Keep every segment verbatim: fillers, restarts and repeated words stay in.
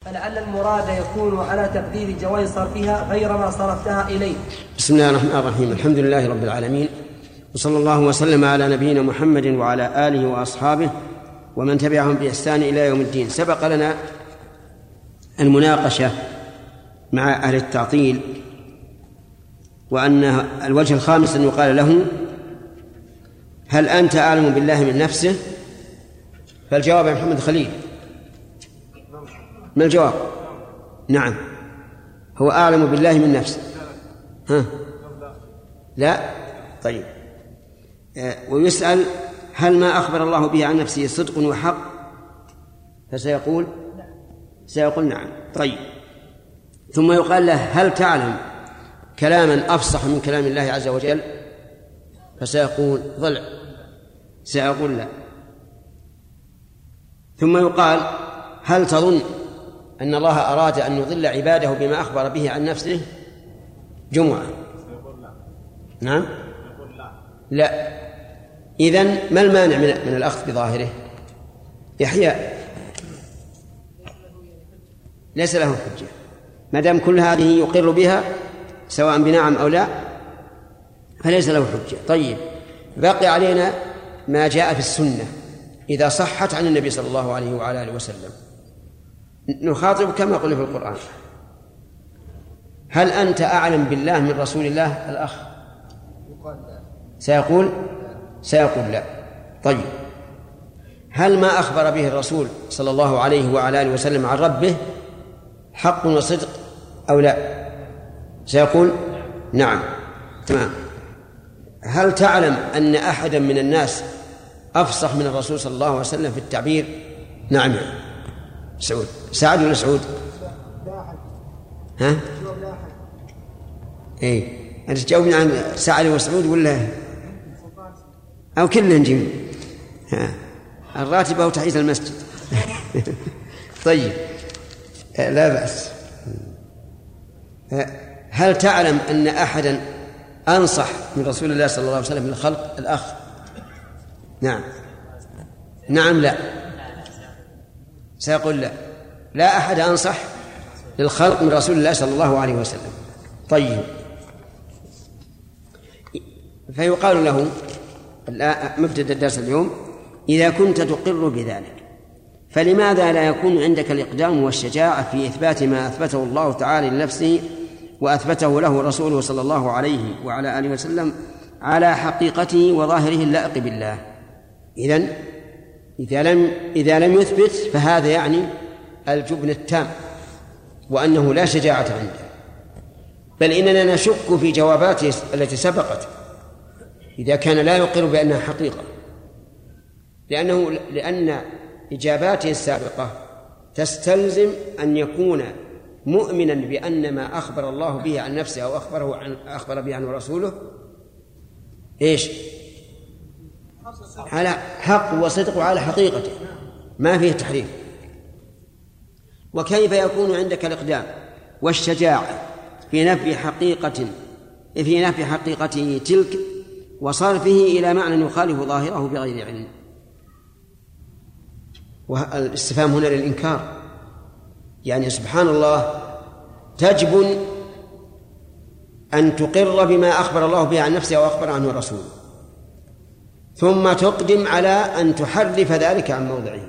فلعل المراد يكون على تقدير جواز صرفها غير ما صرفتها إليه. بسم الله الرحمن الرحيم. الحمد لله رب العالمين، وصلى الله وسلم على نبينا محمد وعلى آله وأصحابه ومن تبعهم بإحسان إلى يوم الدين. سبق لنا المناقشة مع أهل التعطيل، وأن الوجه الخامس أن يقال له: هل أنت أعلم بالله من نفسه؟ فالجواب يا محمد خليل، ما الجواب؟ نعم، هو أعلم بالله من نفسه. ها؟ لا؟ طيب. ويسأل: هل ما أخبر الله به عن نفسه صدق وحق؟ فسيقول سيقول نعم. طيب. ثم يقال له: هل تعلم كلاما أفصح من كلام الله عز وجل؟ فسيقول ضلع، سيقول لا. ثم يقال: هل تظن أن الله أراد أن يضل عباده بما أخبر به عن نفسه؟ جمعة. نعم. لا. إذن ما المانع من الأخذ بظاهره؟ إحياء ليس له حجة ما دام كل هذه يقر بها سواء بنعم أو لا، فليس له حجة. طيب، بقي علينا ما جاء في السنة إذا صحت عن النبي صلى الله عليه وعلى آله وسلم. نخاطب كما قلنا في القرآن: هل أنت أعلم بالله من رسول الله؟ الأخ سيقول سيقول لا. طيب، هل ما أخبر به الرسول صلى الله عليه وعلى آله وسلم عن ربه حق وصدق أو لا؟ سيقول نعم. تمام. هل تعلم أن أحدا من الناس أفصح من الرسول صلى الله عليه وسلم في التعبير؟ نعم. سعود سعد ولا سعود؟ ها؟ إيه، أنت تجاوبني عن سعد وسعود ولا أو كلهم جميع؟ ها، الراتب أو تحية المسجد. طيب، لا بأس. هل تعلم أن أحدا أنصح من رسول الله صلى الله عليه وسلم للخلق؟ الأخ نعم. نعم. لا. سيقول لا، لا أحد أنصح للخلق من رسول الله صلى الله عليه وسلم. طيب، فيقال له مبتدأ الدرس اليوم: إذا كنت تقر بذلك فلماذا لا يكون عندك الإقدام والشجاعة في إثبات ما أثبته الله تعالى لنفسه وأثبته له رسوله صلى الله عليه وعلى آله وسلم على حقيقته وظاهره اللائق بالله؟ إذن إذا لم إذا لم يثبت فهذا يعني الجبن التام، وأنه لا شجاعة عنده، بل إننا نشك في جواباته التي سبقت إذا كان لا يقر بأنها حقيقة، لأنه لأن إجاباته السابقة تستلزم أن يكون مؤمنا بأن ما أخبر الله به عن نفسه أو أخبره عن أخبر به عنه رسوله إيش؟ على حق وصدق وعلى حقيقته، ما فيه تحريف. وكيف يكون عندك الإقدام والشجاعة في نفي حقيقة في نفي حقيقته تلك وصرفه إلى معنى يخالف ظاهره بغير علم؟ والاستفهام هنا للإنكار، يعني سبحان الله تجب أن تقر بما أخبر الله به عن نفسه وأخبر عنه رسوله، ثم تقدم على أن تحرف ذلك عن موضعه.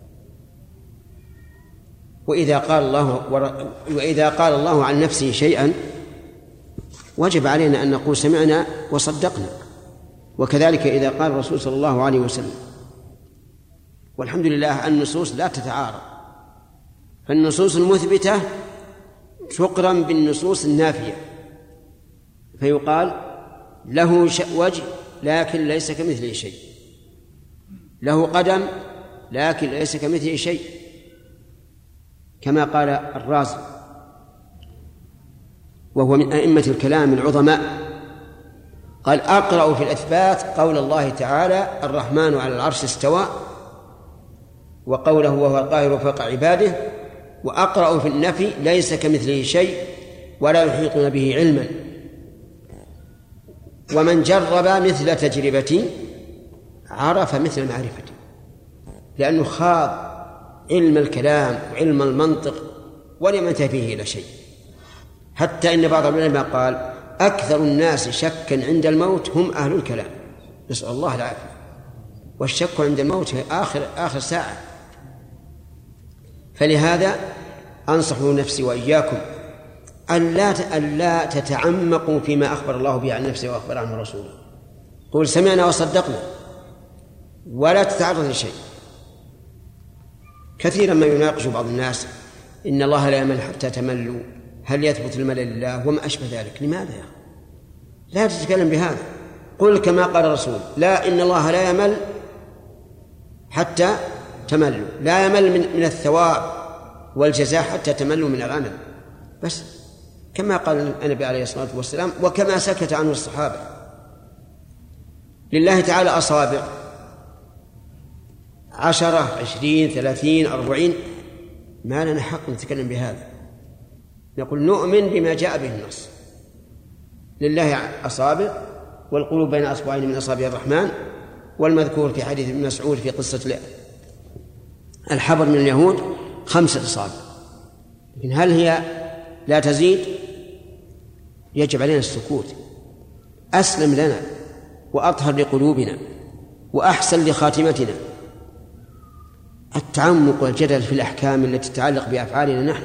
وإذا قال الله وإذا قال الله عن نفسه شيئا وجب علينا أن نقول سمعنا وصدقنا، وكذلك إذا قال الرسول صلى الله عليه وسلم. والحمد لله النصوص لا تتعارض، فالنصوص المثبتة تقرن بالنصوص النافية، فيقال له وجه لكن ليس كمثله شيء، له قدم لكن ليس كمثله شيء، كما قال الرازي وهو من أئمة الكلام العظماء، قال: أقرأ في الإثبات قول الله تعالى: الرحمن على العرش استوى، وقوله: وهو القاهر فوق عباده، وأقرأ في النفي: ليس كمثله شيء ولا يحيطون به علما. ومن جرب مثل تجربتي عرف مثل معرفتي، لأنه خاض علم الكلام وعلم المنطق ولم ينتهي فيه إلى شيء. حتى إن بعض العلماء قال أكثر الناس شكا عند الموت هم أهل الكلام، نسأل الله العافية. والشك عند الموت آخر آخر ساعة. فلهذا أنصح نفسي وإياكم ألا ألا تتعمقوا فيما أخبر الله به عن نفسه وأخبر عنه رسوله. قل سمعنا وصدقنا ولا تتعرض لشيء. كثيرا ما يناقش بعض الناس إن الله لا يمل حتى تملوا، هل يثبت الملل لله وما أشبه ذلك. لماذا يا أخي؟ لا تتكلم بهذا. قل كما قال الرسول لا إن الله لا يمل حتى تملوا، لا يمل من, من الثواب والجزاء حتى تملوا من الغنم، بس كما قال النبي عليه الصلاة والسلام وكما سكت عنه الصحابة. لله تعالى أصابع عشرة عشرين ثلاثين أربعين، ما لنا حق نتكلم بهذا. نقول نؤمن بما جاء به النص. لله أصابع والقلوب بين أصبعين من أصابع الرحمن، والمذكور في حديث ابن مسعود في قصة الحبر من اليهود خمسة أصابع. لكن هل هي لا تزيد؟ يجب علينا السكوت. أسلم لنا وأطهر لقلوبنا وأحسن لخاتمتنا. التعمق والجدل في الأحكام التي تتعلق بأفعالنا نحن،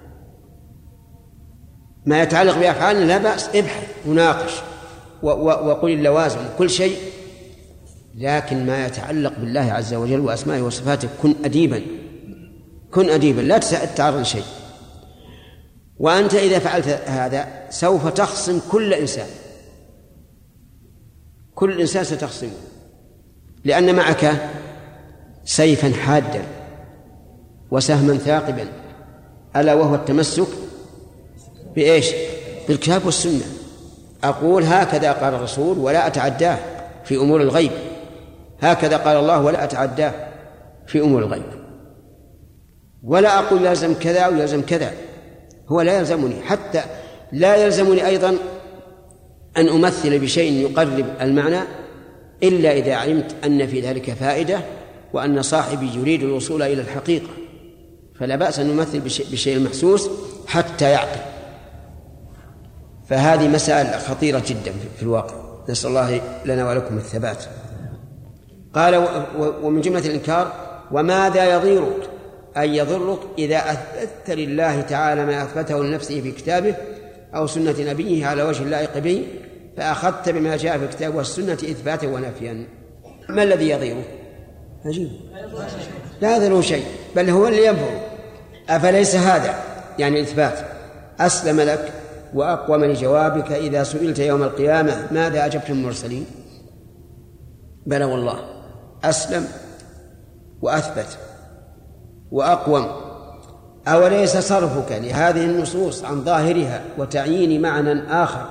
ما يتعلق بأفعالنا لا بأس، ابحث وناقش وقل اللوازم كل شيء، لكن ما يتعلق بالله عز وجل وأسمائه وصفاته كن أديبا، كن أديبا لا تتعرض لشيء. وأنت إذا فعلت هذا سوف تخصم كل إنسان، كل إنسان ستخصمه، لأن معك سيفا حادا وسهما ثاقبا، ألا وهو التمسك بإيش؟ بالكتاب والسنة. أقول هكذا قال الرسول ولا أتعداه في أمور الغيب، هكذا قال الله ولا أتعداه في أمور الغيب، ولا أقول لازم كذا ولازم كذا، هو لا يلزمني. حتى لا يلزمني أيضا أن أمثل بشيء يقرب المعنى إلا إذا علمت أن في ذلك فائدة وأن صاحبي يريد الوصول إلى الحقيقة، فلا بأس أن نمثل بشيء محسوس حتى يعقل. فهذه مسائل خطيرة جدا في الواقع، نسأل الله لنا ولكم الثبات. قال ومن جملة الإنكار وماذا يضيرك أي يضرك إذا أثبت لله تعالى ما أثبته لنفسه في كتابه أو سنة نبيه على وجه اللائق به، فأخذت بما جاء في الكتاب والسنة إثباتا ونفيا. ما الذي يضيره؟ عجيب، لا يضره شيء بل هو اللي ينفر. أفليس هذا يعني إثبات أسلم لك وأقوم لجوابك إذا سئلت يوم القيامة ماذا أجبت المرسلين؟ بلى والله أسلم وأثبت وأقوم. أوليس صرفك لهذه النصوص عن ظاهرها وتعيين معنى آخر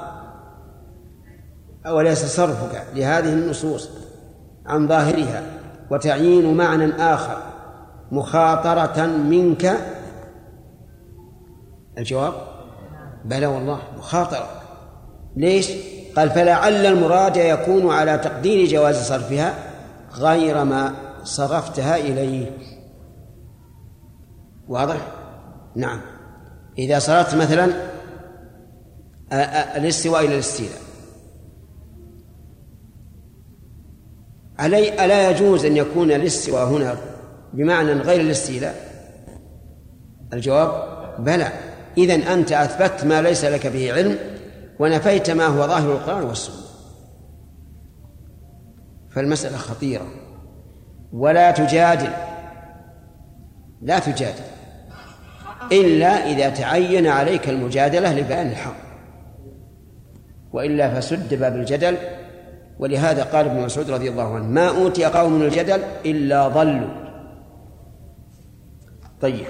أوليس صرفك لهذه النصوص عن ظاهرها وتعيين معنى آخر مخاطرة منك؟ الجواب بلى والله مخاطرة. ليش؟ قال فلعل المراد يكون على تقدير جواز صرفها غير ما صرفتها إليه. واضح؟ نعم. إذا صرفت مثلا الاستواء إلى الاستيلاء، علي ألا يجوز أن يكون الاستواء هنا بمعنى غير الاستيلاء؟ الجواب بلى. إذن أنت أثبت ما ليس لك به علم ونفيت ما هو ظاهر القرآن والسنة. فالمسألة خطيرة، ولا تجادل، لا تجادل إلا إذا تعين عليك المجادلة لبيان الحق، وإلا فسد باب الجدل. ولهذا قال ابن مسعود رضي الله عنه ما أوتي قوم من الجدل إلا ضلوا. طيب،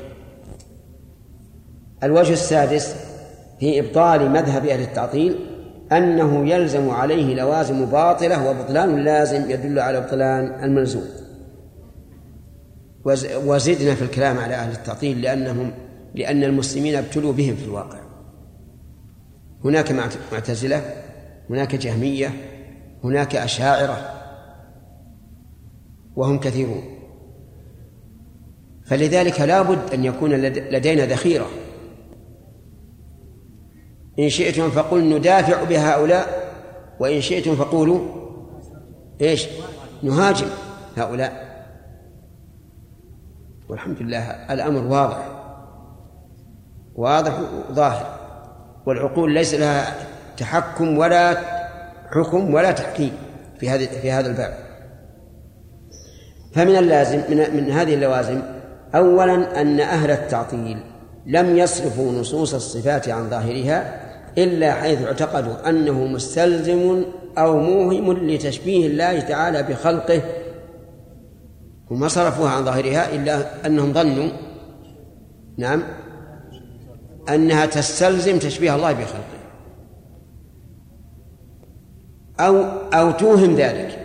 الوجه السادس في إبطال مذهب أهل التعطيل أنه يلزم عليه لوازم باطلة وبطلان اللازم يدل على بطلان الملزوم. وزدنا في الكلام على أهل التعطيل لأنهم لأن المسلمين ابتلوا بهم في الواقع. هناك معتزلة، هناك جهمية، هناك أشاعرة، وهم كثيرون. فلذلك لا بد أن يكون لدينا ذخيرة إن شئتم فقل ندافع بهؤلاء، وإن شئتم فقولوا إيش؟ نهاجم هؤلاء. والحمد لله الأمر واضح واضح ظاهر، والعقول ليس لها تحكم ولا حكم ولا تحكيم في هذا في هذا الباب. فمن اللازم من, من هذه اللوازم أولا أن أهل التعطيل لم يصرفوا نصوص الصفات عن ظاهرها إلا حيث اعتقدوا أنه مستلزم أو موهم لتشبيه الله تعالى بخلقه، وما صرفوها عن ظاهرها إلا أنهم ظنوا نعم أنها تستلزم تشبيه الله بخلقه أو أو توهم ذلك.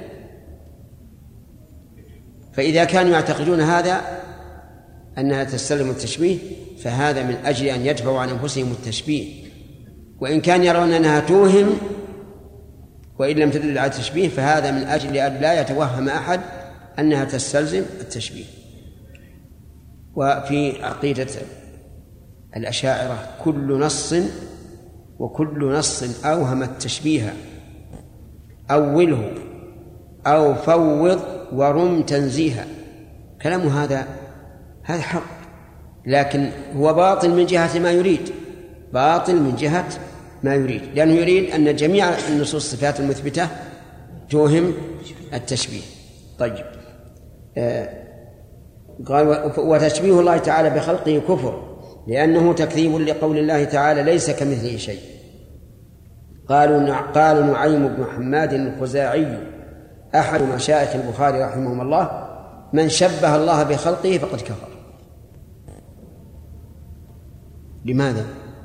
فإذا كانوا يعتقدون هذا أنها تستلزم التشبيه فهذا من أجل أن يدفعوا عن أنفسهم التشبيه، وإن كان يرون أنها توهم وإن لم تدل على التشبيه فهذا من أجل أن لا يتوهم أحد أنها تستلزم التشبيه. وفي عقيدة الأشاعرة كل نص وكل نص أوهم التشبيه أوله أو فوض ورم تنزيها. كلام هذا هذا حق، لكن هو باطل من جهة ما يريد، باطل من جهة ما يريد، لأنه يريد أن جميع النصوص الصفات المثبتة توهم التشبيه. طيب آه قال وتشبيه الله تعالى بخلقه كفر لأنه تكذيب لقول الله تعالى ليس كمثله شيء. قالوا قال نعيم بن حماد الخزاعي أحد مشايخ البخاري رحمه الله من شبه الله بخلقه فقد كفر. لماذا؟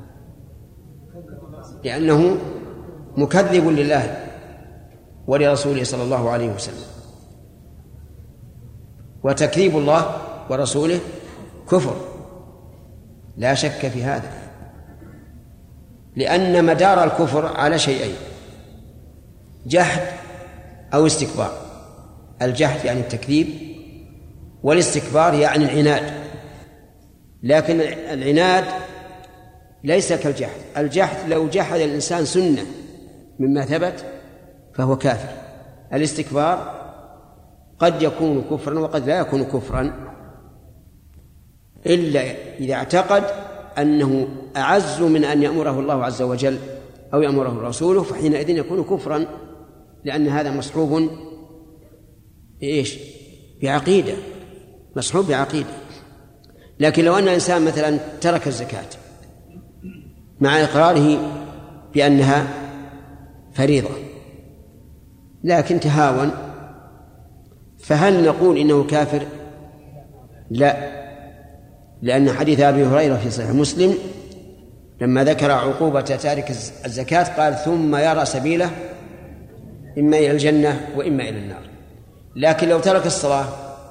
لأنه مكذب لله ولرسوله صلى الله عليه وسلم، وتكذيب الله ورسوله كفر لا شك في هذا، لأن مدار الكفر على شيئين: جحد أو استكبار. الجحد يعني التكذيب، والاستكبار يعني العناد. لكن العناد ليس كالجحد. الجحد لو جحد الإنسان سنة مما ثبت فهو كافر. الاستكبار قد يكون كفرا وقد لا يكون كفرا إلا إذا اعتقد أنه أعز من أن يأمره الله عز وجل أو يأمره رسوله، فحينئذ يكون كفرا، لأن هذا مصحوب بإيش؟ بعقيدة، مصحوب بعقيدة. لكن لو أن الإنسان مثلا ترك الزكاة مع إقراره بأنها فريضة لكن تهاون، فهل نقول إنه كافر؟ لا، لأن حديث أبي هريرة في صحيح مسلم لما ذكر عقوبة تارك الزكاة قال ثم يرى سبيله إما إلى الجنة وإما إلى النار. لكن لو ترك الصلاة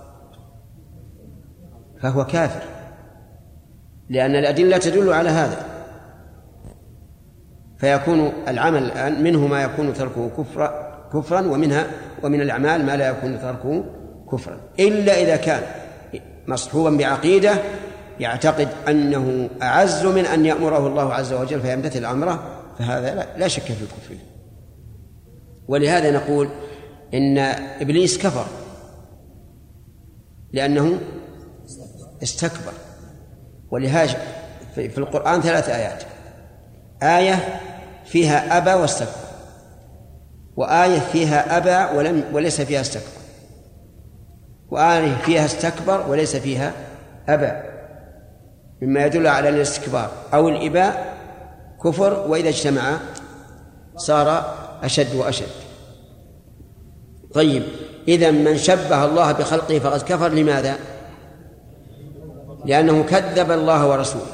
فهو كافر، لأن الأدلة تدل على هذا، فيكون العمل الآن منه ما يكون تركه كفرا كفرا ومنها ومن الأعمال ما لا يكون تركه كفرا، إلا إذا كان مصحوبا بعقيدة يعتقد أنه أعز من أن يأمره الله عز وجل فيمتثل أمره، فهذا لا شك في الكفر. ولهذا نقول إن إبليس كفر لأنه استكبر. ولهذا في القرآن ثلاث آيات: آية فيها أبى واستكبر، وآية فيها أبى ولم وليس فيها استكبر، وآية فيها استكبر وليس فيها أبى، مما يدل على الاستكبار أو الإباء كفر، وإذا اجتمع صار أشد وأشد. طيب، إذن من شبه الله بخلقه فقد كفر. لماذا؟ لأنه كذب الله ورسوله.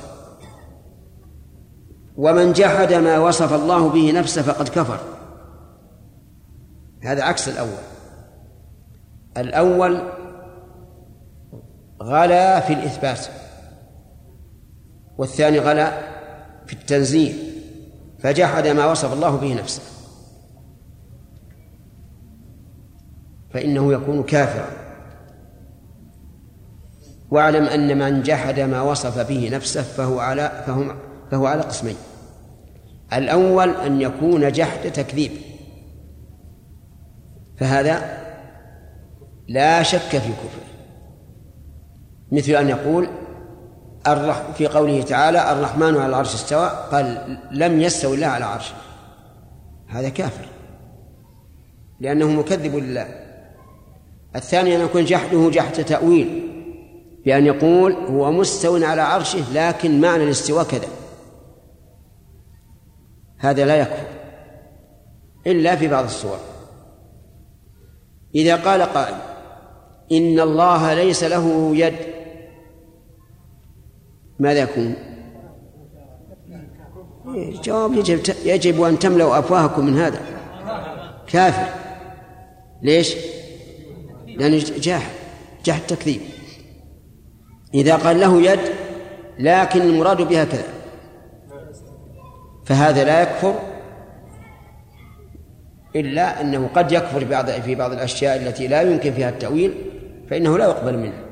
ومن جحد ما وصف الله به نفسه فقد كفر. هذا عكس الأول. الأول غلا في الإثبات، والثاني غلا في التنزيه، فجحد ما وصف الله به نفسه، فإنه يكون كافرا. واعلم أن من جحد ما وصف به نفسه فهو على فهو, فهو على قسمين: الأول أن يكون جحد تكذيب، فهذا لا شك في كفره، مثل أن يقول في قوله تعالى الرحمن على العرش استوى، قال لم يستوي الله على عرشه، هذا كافر لأنه مكذب لله. الثاني أن يكون جحده جحد تأويل، بأن يقول هو مستو على عرشه لكن معنى الاستواء كذا، هذا لا يكفر إلا في بعض الصور. إذا قال قائل إن الله ليس له يد، ماذا يكون؟ جواب يجب, يجب أن تملأوا أفواهكم من هذا، كافر. ليش؟ لأنه جاحد جحد تكذيب. إذا قال له يد لكن المراد بها كذا، فهذا لا يكفر، إلا أنه قد يكفر بعض في بعض الأشياء التي لا يمكن فيها التأويل، فإنه لا يقبل منه.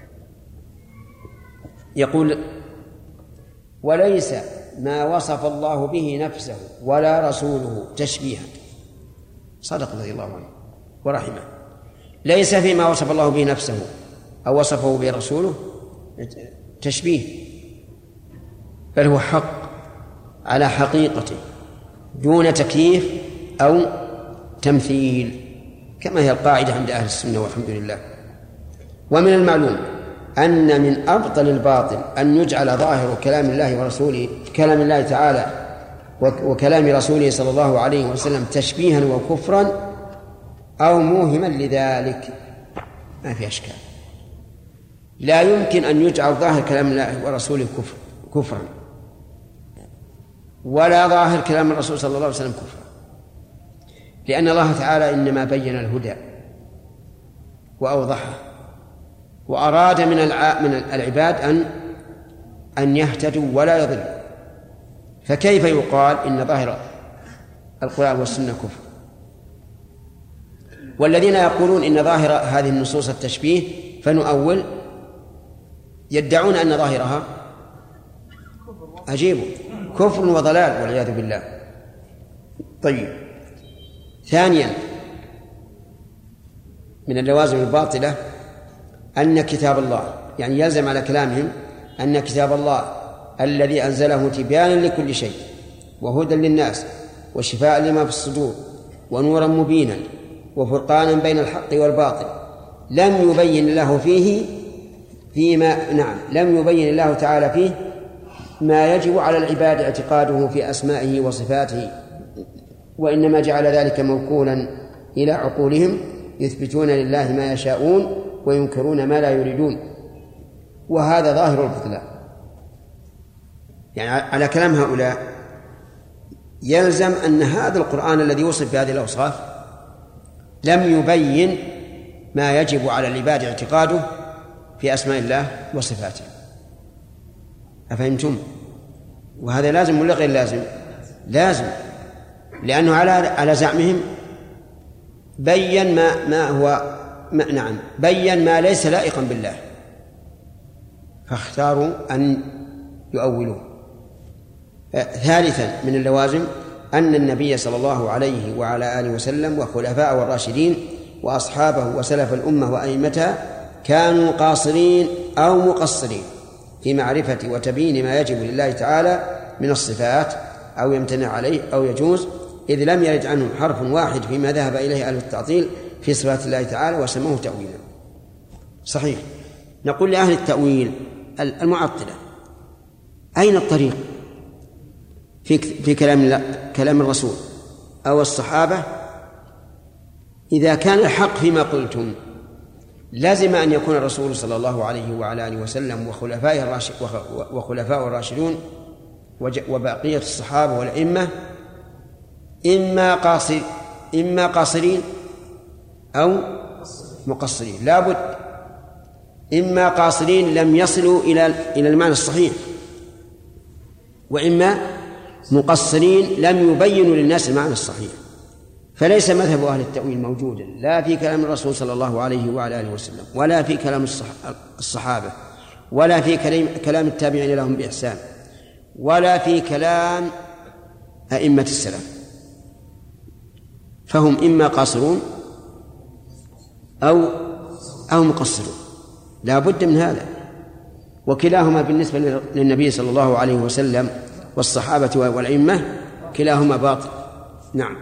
يقول وليس ما وصف الله به نفسه ولا رسوله تشبيها، صدق رضي الله عنه ورحمه. ليس فيما وصف الله به نفسه أو وصفه به رسوله تشبيه، بل هو حق على حقيقته دون تكييف أو تمثيل، كما هي القاعدة عند أهل السنة والحمد لله. ومن المعلوم أن من أبطل الباطل أن يجعل ظاهر كلام الله ورسوله كلام الله تعالى وكلام رسوله صلى الله عليه وسلم تشبيها وكفرا أو موهما لذلك، ما في أشكال. لا يمكن أن يجعل ظاهر كلام الله ورسوله كفر كفرا، ولا ظاهر كلام الرسول صلى الله عليه وسلم كفرا، لأن الله تعالى إنما بين الهدى وأوضحه، وأراد من من العباد أن أن يهتدوا ولا يضلوا، فكيف يقال إن ظاهر القرآن والسنة كفر؟ والذين يقولون إن ظاهر هذه النصوص التشبيه فنؤول، يدعون أن ظاهرها عجيب كفر وضلال والعياذ بالله. طيب، ثانيا من اللوازم الباطلة أن كتاب الله، يعني يلزم على كلامهم أن كتاب الله الذي أنزله تبيانا لكل شيء وهدى للناس وشفاء لما في الصدور ونورا مبينا وفرقانا بين الحق والباطل، لم يبين الله فيه فيما نعم لم يبين الله تعالى فيه ما يجب على العباد اعتقاده في أسمائه وصفاته، وإنما جعل ذلك موكولا إلى عقولهم يثبتون لله ما يشاءون وينكرون ما لا يريدون، وهذا ظاهر البطلان. يعني على كلام هؤلاء يلزم أن هذا القرآن الذي يوصف بهذه الأوصاف لم يبين ما يجب على العباد اعتقاده في أسماء الله وصفاته. أفهمتم؟ وهذا لازم ولا غير لازم؟ لازم، لأنه على على زعمهم بين ما ما هو ما نعم بين ما ليس لائقا بالله، فاختاروا أن يؤولوه. ثالثا من اللوازم أن النبي صلى الله عليه وعلى آله وسلم وخلفاءه الراشدين وأصحابه وسلف الأمة وأئمتها كانوا قاصرين أو مقصرين في معرفة وتبيين ما يجب لله تعالى من الصفات أو يمتنع عليه أو يجوز، إذ لم يرد عنهم حرف واحد فيما ذهب إليه أهل التعطيل في صفات الله تعالى وسموه تأويلا. صحيح. نقول لأهل التأويل المعطلة أين الطريق في في كلام كلام الرسول أو الصحابة؟ إذا كان الحق فيما قلتم لازم أن يكون الرسول صلى الله عليه وعلى آله وسلم وخلفائه الراشد وخلفاء الراشدون وبقية الصحابة والأئمة إما قاصر إما قاصرين أو مقصرين، لابد إما قاصرين لم يصلوا إلى إلى المعنى الصحيح، وإما مقصرين لم يبينوا للناس المعنى الصحيح. فليس مذهب أهل التأويل موجودا لا في كلام الرسول صلى الله عليه وعلى آله وسلم، ولا في كلام الصحابة، ولا في كلام التابعين لهم بإحسان، ولا في كلام أئمة السلف، فهم إما قاصرون أو أو مقصرون، لا بد من هذا. وكلاهما بالنسبة للنبي صلى الله عليه وسلم والصحابة والأئمة كلاهما باطل. نعم.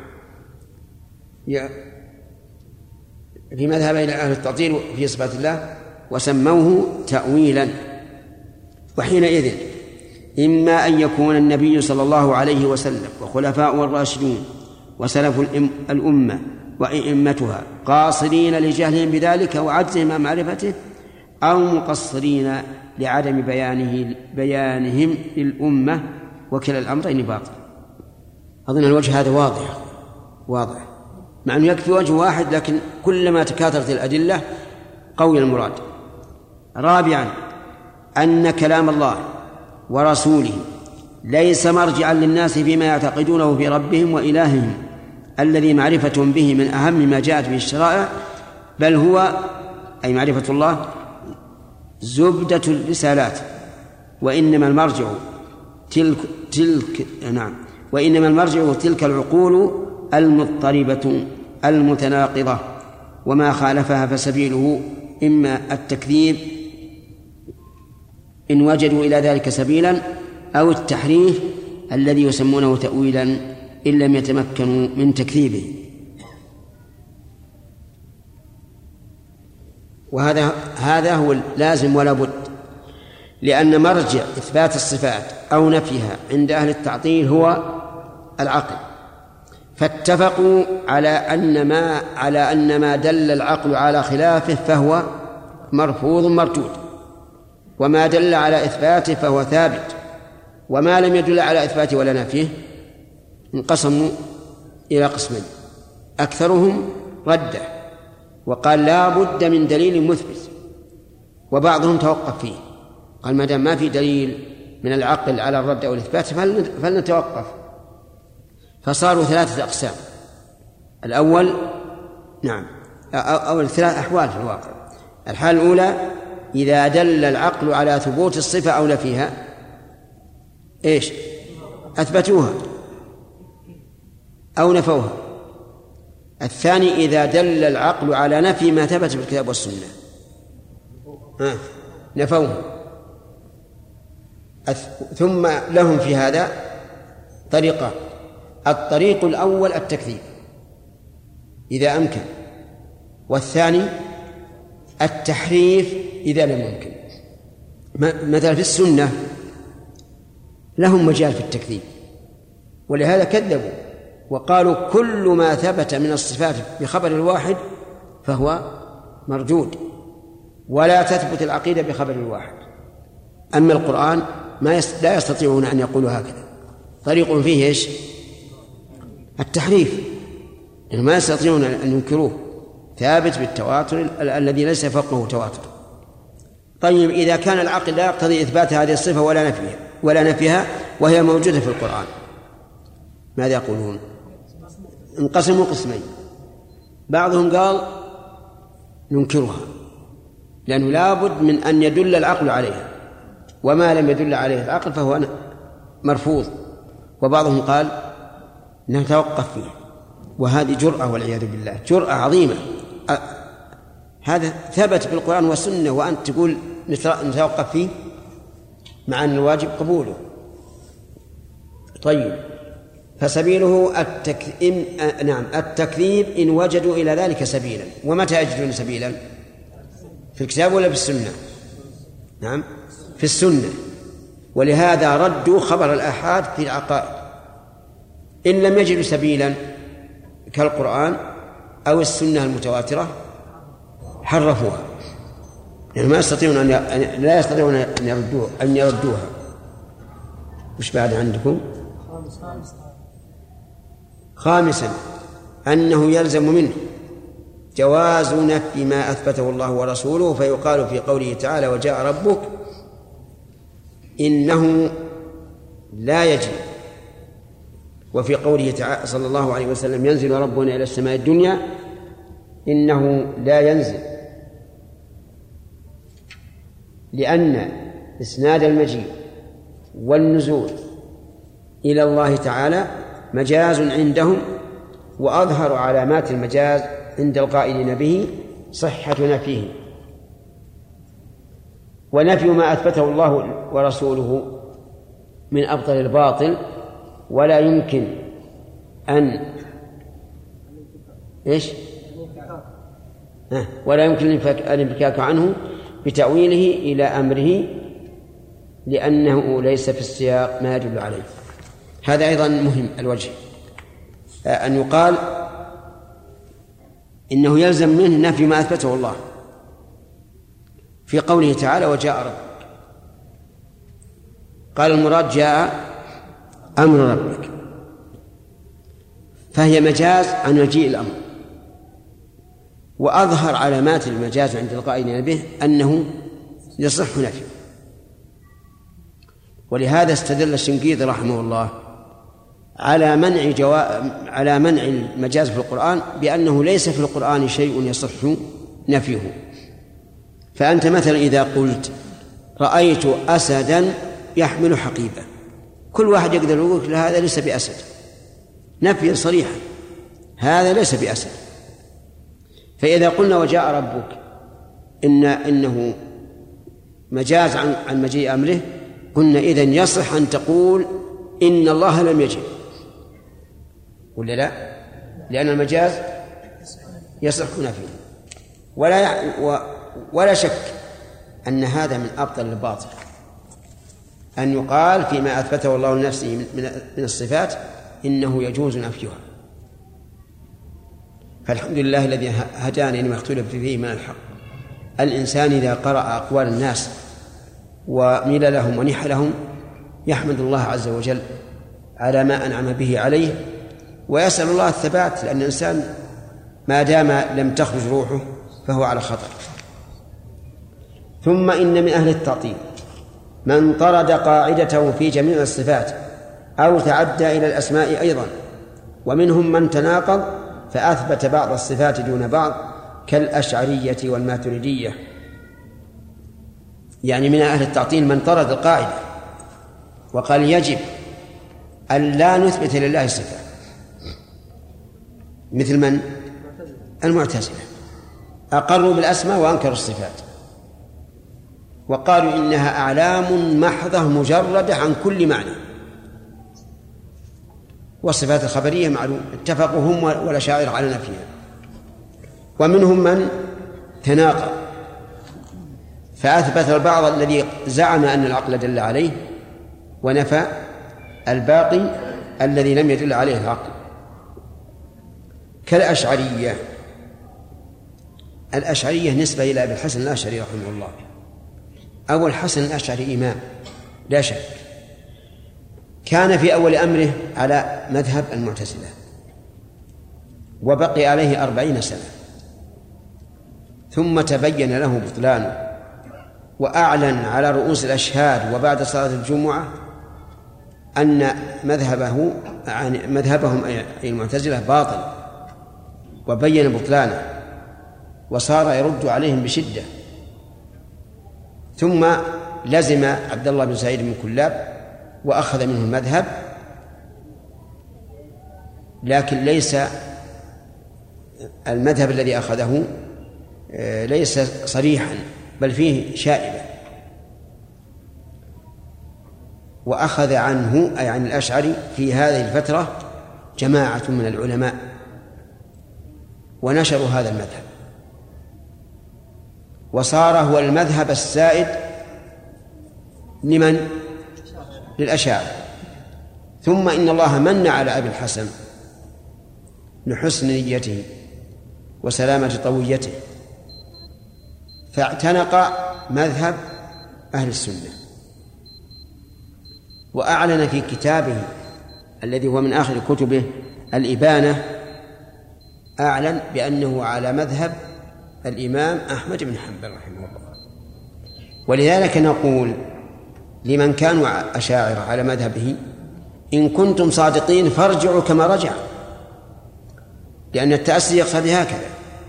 فيما ذهب إلى أهل التعطيل في صفات الله وسموه تأويلا. وحينئذ إما أن يكون النبي صلى الله عليه وسلم وخلفاء الراشدون وسلف الأمة وأئمتها قاصرين لجهلهم بذلك وعجزهم عن معرفته، أو مقصرين لعدم بيانه بيانهم للأمة، وكلا الأمرين باطل. أظن الوجه هذا واضح واضح مع أنه يكفي وجه واحد، لكن كلما تكاثرت الأدلة قوي المراد. رابعا أن كلام الله ورسوله ليس مرجعا للناس فيما يعتقدونه في ربهم وإلههم الذي معرفتهم به من أهم ما جاءت به الشرائع، بل هو أي معرفة الله زبدة الرسالات، وإنما المرجع تلك تلك نعم وإنما المرجع تلك العقول المضطربة المتناقضة، وما خالفها فسبيله إما التكذيب إن وجدوا إلى ذلك سبيلا، أو التحريف الذي يسمونه تأويلا إن لم يتمكنوا من تكذيبه. وهذا هذا هو اللازم ولا بد، لأن مرجع إثبات الصفات أو نفيها عند أهل التعطيل هو العقل، فاتفقوا على أن ما على أن ما دل العقل على خلافه فهو مرفوض مردود، وما دل على إثباته فهو ثابت، وما لم يدل على إثباته ولا نفيه انقسموا إلى قسمين، أكثرهم رده وقال لا بد من دليل مثبت، وبعضهم توقف فيه قال ما دام ما في دليل من العقل على الرد أو الإثبات فلنتوقف. فصاروا ثلاثة أقسام. الأول نعم أو الثلاث أحوال في الواقع. الحالة الأولى إذا دل العقل على ثبوت الصفة أو نفيها إيش أثبتوها أو نفوها. الثاني إذا دل العقل على نفي ما ثبت في الكتاب والسنة ها نفوه. ثم لهم في هذا طريقة. الطريق الأول التكذيب إذا أمكن، والثاني التحريف إذا لم يمكن. مثلا في السنة لهم مجال في التكذيب، ولهذا كذبوا وقالوا كل ما ثبت من الصفات بخبر الواحد فهو مردود، ولا تثبت العقيدة بخبر الواحد. أما القرآن ما يست... لا يستطيعون أن يقولوا هكذا، طريق فيه إيش التحريف، يعني ما يستطيعون أن ينكروه، ثابت بالتواتر ال... الذي ليس فوقه تواتر. طيب إذا كان العقل لا يقتضي إثبات هذه الصفة ولا نفيها ولا نفيها وهي موجودة في القرآن، ماذا يقولون؟ انقسموا قسمين. بعضهم قال ننكرها لأنه لا بد من أن يدل العقل عليها، وما لم يدل عليه العقل فهو مرفوض. وبعضهم قال نتوقف فيه، وهذه جرأة والعياذ بالله، جرأة عظيمة. هذا ثبت بالقرآن والسنة وأنت تقول نتوقف فيه، مع أن الواجب قبوله. طيب فسبيله التك... إن... نعم التكذيب إن وجدوا إلى ذلك سبيلا. ومتى يجدون سبيلا؟ في الكتاب ولا في السنة؟ نعم في السنة. ولهذا ردوا خبر الآحاد في العقائد. إن لم يجدوا سبيلا كالقرآن أو السنة المتواترة حرفوها، يعني ما يستطيعون أن ي... لا يستطيعون أن يردوها أن يردوها. وش بعد عندكم؟ خامسا أنه يلزم منه جواز نفي ما أثبته الله ورسوله، فيقال في قوله تعالى وجاء ربك إنه لا يجري، وفي قوله تعالى صلى الله عليه وسلم ينزل ربنا إلى السماء الدنيا إنه لا ينزل، لأن إسناد المجيء والنزول إلى الله تعالى مجاز عندهم، وأظهر علامات المجاز عند القائلين به صحة نفيه. ونفي ما أثبته الله ورسوله من أبطل الباطل، ولا يمكن أن إيش؟ ولا يمكن الانفكاك عنه بتأويله إلى أمره، لأنه ليس في السياق ما يدل عليه. هذا أيضا مهم الوجه، أن يقال إنه يلزم منه نفي ما أثبته الله في قوله تعالى وجاء ربك. قال المراد جاء أمر ربك، فهي مجاز عن مجيء الأمر. وأظهر علامات المجاز عند القائلين به أنه يصح نفيه. ولهذا استدل الشنقيطي رحمه الله على منع جوا... على منع المجاز في القرآن بأنه ليس في القرآن شيء يصح نفيه. فأنت مثلا إذا قلت رأيت أسدا يحمل حقيبة، كل واحد يقدر يقول هذا ليس بأسد، نفي صريحا، هذا ليس بأسد. فإذا قلنا وجاء ربك إن إنه مجاز عن عن مجيء أمره، قلنا إذن يصح أن تقول إن الله لم يجئ، ولا لا؟ لأن المجاز يصح نفيه. ولا ولا شك أن هذا من أبطل الباطل، أن يقال فيما أثبته الله لنفسه من الصفات إنه يجوز نفيها. فالحمد لله الذي هداني لما اختلف فيه من الحق. الإنسان إذا قرأ أقوال الناس وميل لهم ونح لهم يحمد الله عز وجل على ما أنعم به عليه، ويسأل الله الثبات، لأن الإنسان ما دام لم تخرج روحه فهو على خطر. ثم إن من أهل التعطيل من طرد قاعدته في جميع الصفات أو تعدى إلى الأسماء أيضا، ومنهم من تناقض فأثبت بعض الصفات دون بعض كالأشعرية والماتريدية. يعني من أهل التعطيل من طرد القاعدة وقال يجب أن لا نثبت لله صفة، مثل من؟ المعتزلة أقروا بالأسماء وأنكروا الصفات، وقالوا إنها أعلام محضة مجردة عن كل معنى، والصفات الخبرية معلوم، اتفقوا هم والأشاعرة على نفيها. ومنهم من تناقض فأثبت البعض الذي زعم أن العقل دل عليه، ونفى الباقي الذي لم يدل عليه العقل، كالأشعرية. الأشعرية نسبة إلى أبي الحسن الأشعري رحمه الله. أبو الحسن الأشعري إمام لا شك، كان في أول أمره على مذهب المعتزلة وبقي عليه أربعين سنة، ثم تبين له بطلانه وأعلن على رؤوس الأشهاد وبعد صلاة الجمعة أن مذهبه مذهبهم أي المعتزلة باطل، وبين بطلانه وصار يرد عليهم بشدة. ثم لزم عبد الله بن سعيد بن كلاب وأخذ منه المذهب، لكن ليس المذهب الذي أخذه ليس صريحا بل فيه شائبة، وأخذ عنه أي عن الأشعري في هذه الفترة جماعة من العلماء ونشروا هذا المذهب، وصار هو المذهب السائد لمن؟ للأشاعرة. ثم إن الله من على أبي الحسن لحسن نيته وسلامة طويته، فاعتنق مذهب أهل السنة، وأعلن في كتابه الذي هو من آخر كتبه الإبانة، أعلن بأنه على مذهب الإمام أحمد بن حنبل رحمه الله. ولذلك نقول لمن كانوا أشاعرة على مذهبه إن كنتم صادقين فارجعوا كما رجع، لأن التأسي يقتضي هكذا،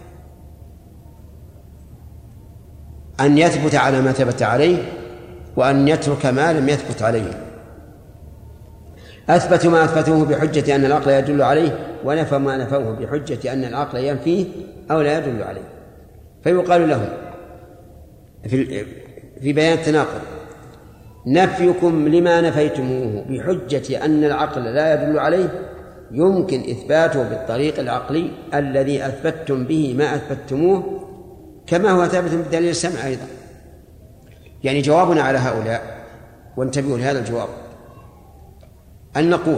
أن يثبت على ما ثبت عليه وأن يترك ما لم يثبت عليه. أثبتوا ما أثبتوه بحجة أن العقل يدل عليه، ونفوا ما نفوه بحجة أن العقل ينفيه أو لا يدل عليه. فيقال لهم في في بيان التناقض: نفيكم لما نفيتموه بحجة أن العقل لا يدل عليه يمكن إثباته بالطريق العقلي الذي أثبتتم به ما أثبتموه، كما هو ثابت بالدليل السمع أيضا. يعني جوابنا على هؤلاء، وانتبهوا لهذا الجواب، أن نقول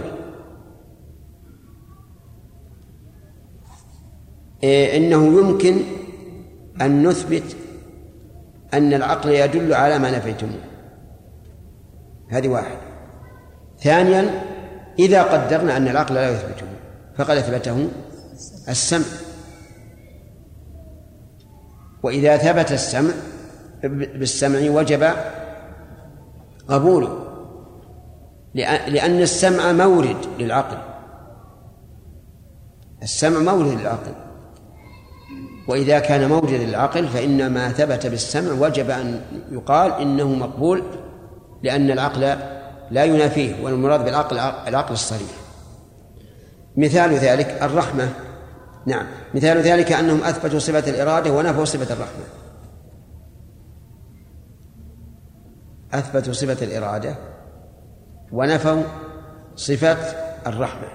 إيه إنه يمكن أن نثبت أن العقل يدل على ما نفيتموه، هذه واحد. ثانيا، إذا قدرنا أن العقل لا يثبته فقد أثبته السمع، وإذا ثبت السمع بالسمع وجب قبوله، لأن السمع مورد للعقل، السمع مورد للعقل، وإذا كان مورد للعقل فإن ما ثبت بالسمع وجب أن يقال إنه مقبول، لأن العقل لا ينافيه، والمراد بالعقل العقل الصريح. مثال ذلك الرحمة. نعم، مثال ذلك أنهم أثبتوا صفة الإرادة ونفوا صفة الرحمة. أثبتوا صفة الإرادة ونفوا صفة الرحمة،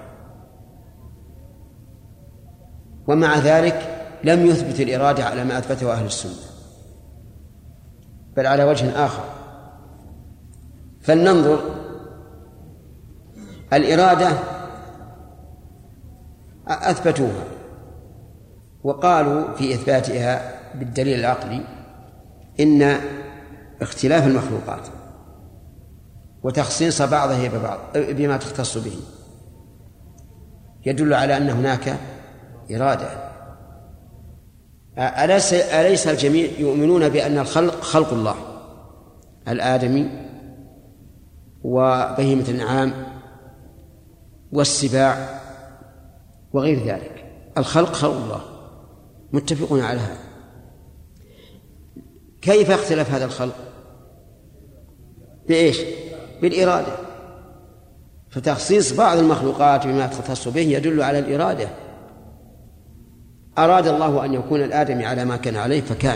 ومع ذلك لم يثبت الإرادة على ما أثبته أهل السنة، بل على وجه آخر. فلننظر. الإرادة أثبتوها وقالوا في إثباتها بالدليل العقلي إن اختلاف المخلوقات وتخصيص بعضها ببعض بما تختص به يدل على أن هناك إرادة. أليس, أليس الجميع يؤمنون بأن الخلق خلق الله، الآدمي وبهيمة الأنعام والسباع وغير ذلك، الخلق خلق الله، متفقون على هذا. كيف اختلف هذا الخلق؟ بإيش؟ بالإرادة. فتخصيص بعض المخلوقات بما تختص به يدل على الإرادة. أراد الله أن يكون الآدمي على ما كان عليه فكان،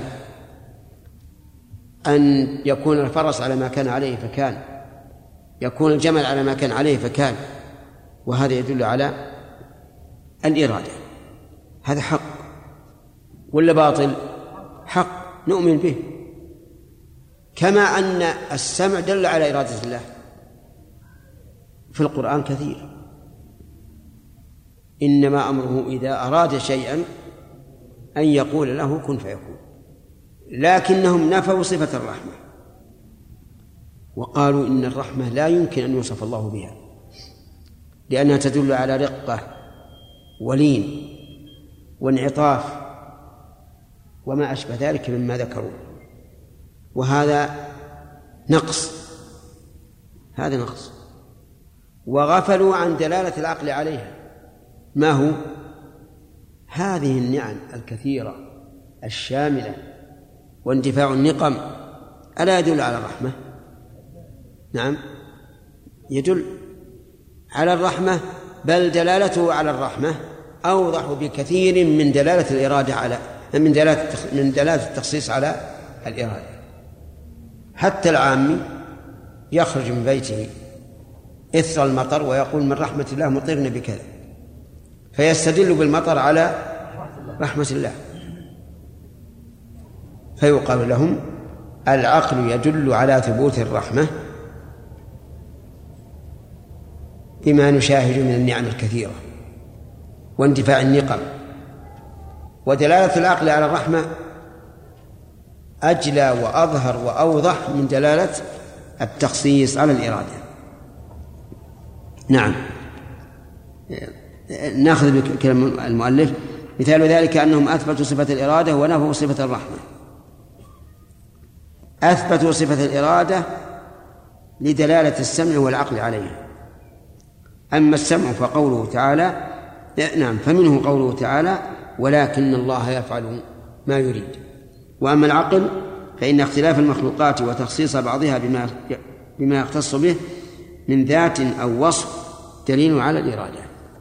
أن يكون الفرس على ما كان عليه فكان، يكون الجمل على ما كان عليه فكان، وهذا يدل على الإرادة. هذا حق ولا باطل؟ حق، نؤمن به، كما أن السمع دل على إرادة الله في القرآن كثير. إنما أمره إذا أراد شيئا أن يقول له كن فيكون. لكنهم نفوا صفة الرحمة وقالوا إن الرحمة لا يمكن أن يوصف الله بها، لأنها تدل على رقة ولين وانعطاف وما أشبه ذلك مما ذكروا، وهذا نقص، هذا نقص. وغفلوا عن دلالة العقل عليها. ما هو؟ هذه النعم الكثيرة الشاملة واندفاع النقم ألا يدل على الرحمة؟ نعم، يدل على الرحمة، بل دلالته على الرحمة أوضح بكثير من دلالة الإرادة على من دلالة من دلالة التخصيص على الإرادة. حتى العامي يخرج من بيته إثر المطر ويقول من رحمة الله مطرنا بكذا، فيستدل بالمطر على رحمة الله. فيقال لهم العقل يدل على ثبوت الرحمة بما نشاهد من النعم الكثيرة واندفاع النقم، ودلالة العقل على الرحمة أجلى وأظهر وأوضح من دلالة التخصيص على الإرادة. نعم، نأخذ بكلام المؤلف. مثال ذلك أنهم أثبتوا صفة الإرادة ونفوا صفة الرحمة. أثبتوا صفة الإرادة لدلالة السمع والعقل عليها. أما السمع فقوله تعالى نعم فمنه قوله تعالى ولكن الله يفعل ما يريد. وأما العقل فإن اختلاف المخلوقات وتخصيص بعضها بما بما يختص به من ذات أو وصف دليل على الإرادة.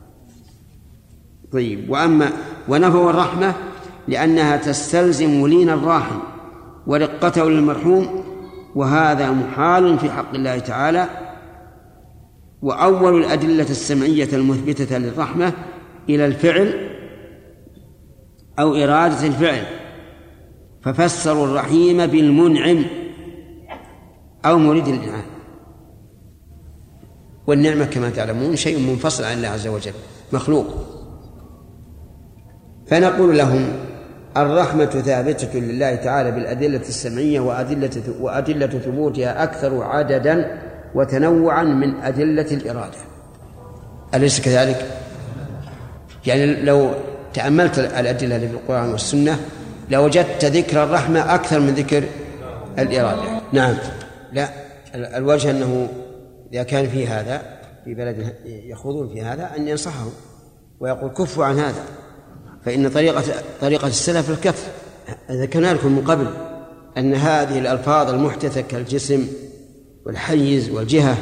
طيب، وأما ونفوا الرحمة لأنها تستلزم لين الراحم ورقته للمرحوم، وهذا محال في حق الله تعالى. وأول الأدلة السمعية المثبتة للرحمة إلى الفعل أو إرادة الفعل، ففسروا الرحيم بالمنعم أو مريد الإنعام. والنعمة كما تعلمون شيء منفصل عن الله عز وجل، مخلوق. فنقول لهم الرحمة ثابتة لله تعالى بالأدلة السمعية، وأدلة, وأدلة ثبوتها أكثر عددا وتنوعا من أدلة الإرادة. أليس كذلك؟ يعني لو تأملت الأدلة في القرآن والسنة لوجدت ذكر الرحمة أكثر من ذكر الإرادة. نعم. لا، الوجه أنه إذا كان في هذا في بلد يخوضون في هذا أن ينصحهم ويقول كفوا عن هذا، فإن طريقة طريقة السلف الكف. ذكرنا لكم من قبل أن هذه الألفاظ المحدثة كالجسم والحيز والجهة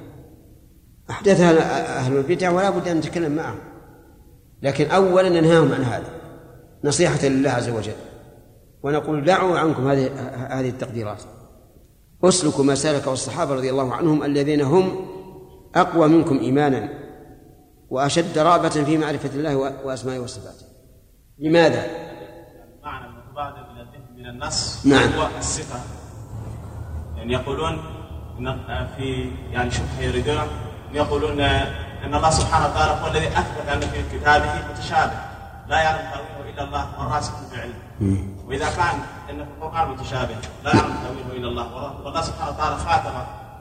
أحدثها أهل البدع ولا بد أن نتكلم معهم، لكن أولا ننهاهم عن هذا نصيحة لله عز وجل، ونقول دعوا عنكم هذه هذه التقديرات، اسلكوا ما سلك الصحابة رضي الله عنهم الذين هم أقوى منكم إيمانا وأشد رغبة في معرفة الله وأسمائه وصفاته. لماذا؟ معنى المتبادر من النص نعم. هو الصفة، يعني يقولون في يعني شبه يريدون يقولون أن الله سبحانه وتعالى هو الذي أثبت أن في كتابه متشابه لا يعلم تأويله إلا الله والراسخ في العلم. وإذا كان أن في القرآن متشابه لا يعلم تأويله إلا الله، والله سبحانه وتعالى خاتم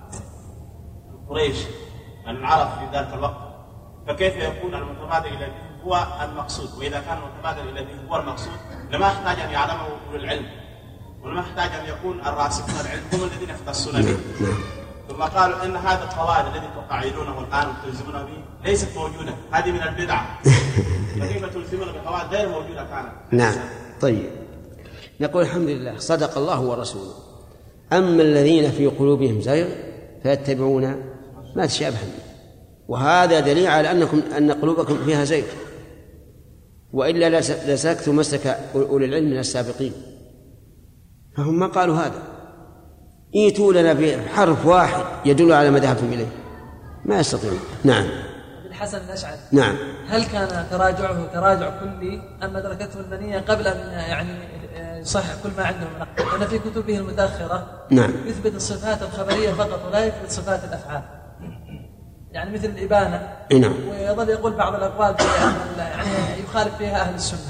قريش أن عرف في ذلك الوقت، فكيف يكون المتبادر إلى به هو المقصود؟ وإذا كان المتبادر إلى به هو المقصود لما يحتاج أن يعلمه أولو العلم، ولما يحتاج أن يكون الراسخون العلم هم الذين يختصون به. ثم قالوا إن هذا القواعد التي تقاعدونه الآن وتلزمونه به ليست موجودة، هذه من البدع، فكيف تلزمون بقواعد غير موجودة كانت؟ نعم. طيب، نقول الحمد لله صدق الله ورسوله. أما الذين في قلوبهم زيغ فيتبعون ما تشابه منه، وهذا دليل على أنكم أن قلوبكم فيها زيغ، وإلا لسلكتم مسلك أولي العلم من السابقين، فهم ما قالوا هذا. ايتوا لنا بحرف واحد يدل على ما ذهبتم إليه، ما يستطيعون. نعم. الحسن الأشعري نعم. هل كان تراجعه تراجع كلي أم أدركته المنية قبل أن يعني يصحح كل ما عنده من أخطاء؟ أنا في كتبه المتأخرة نعم يثبت الصفات الخبرية فقط ولا يثبت صفات الأفعال، يعني مثل الإبانة. نعم. ويظل يقول بعض الأقوال يعني يخالف فيها أهل السنة،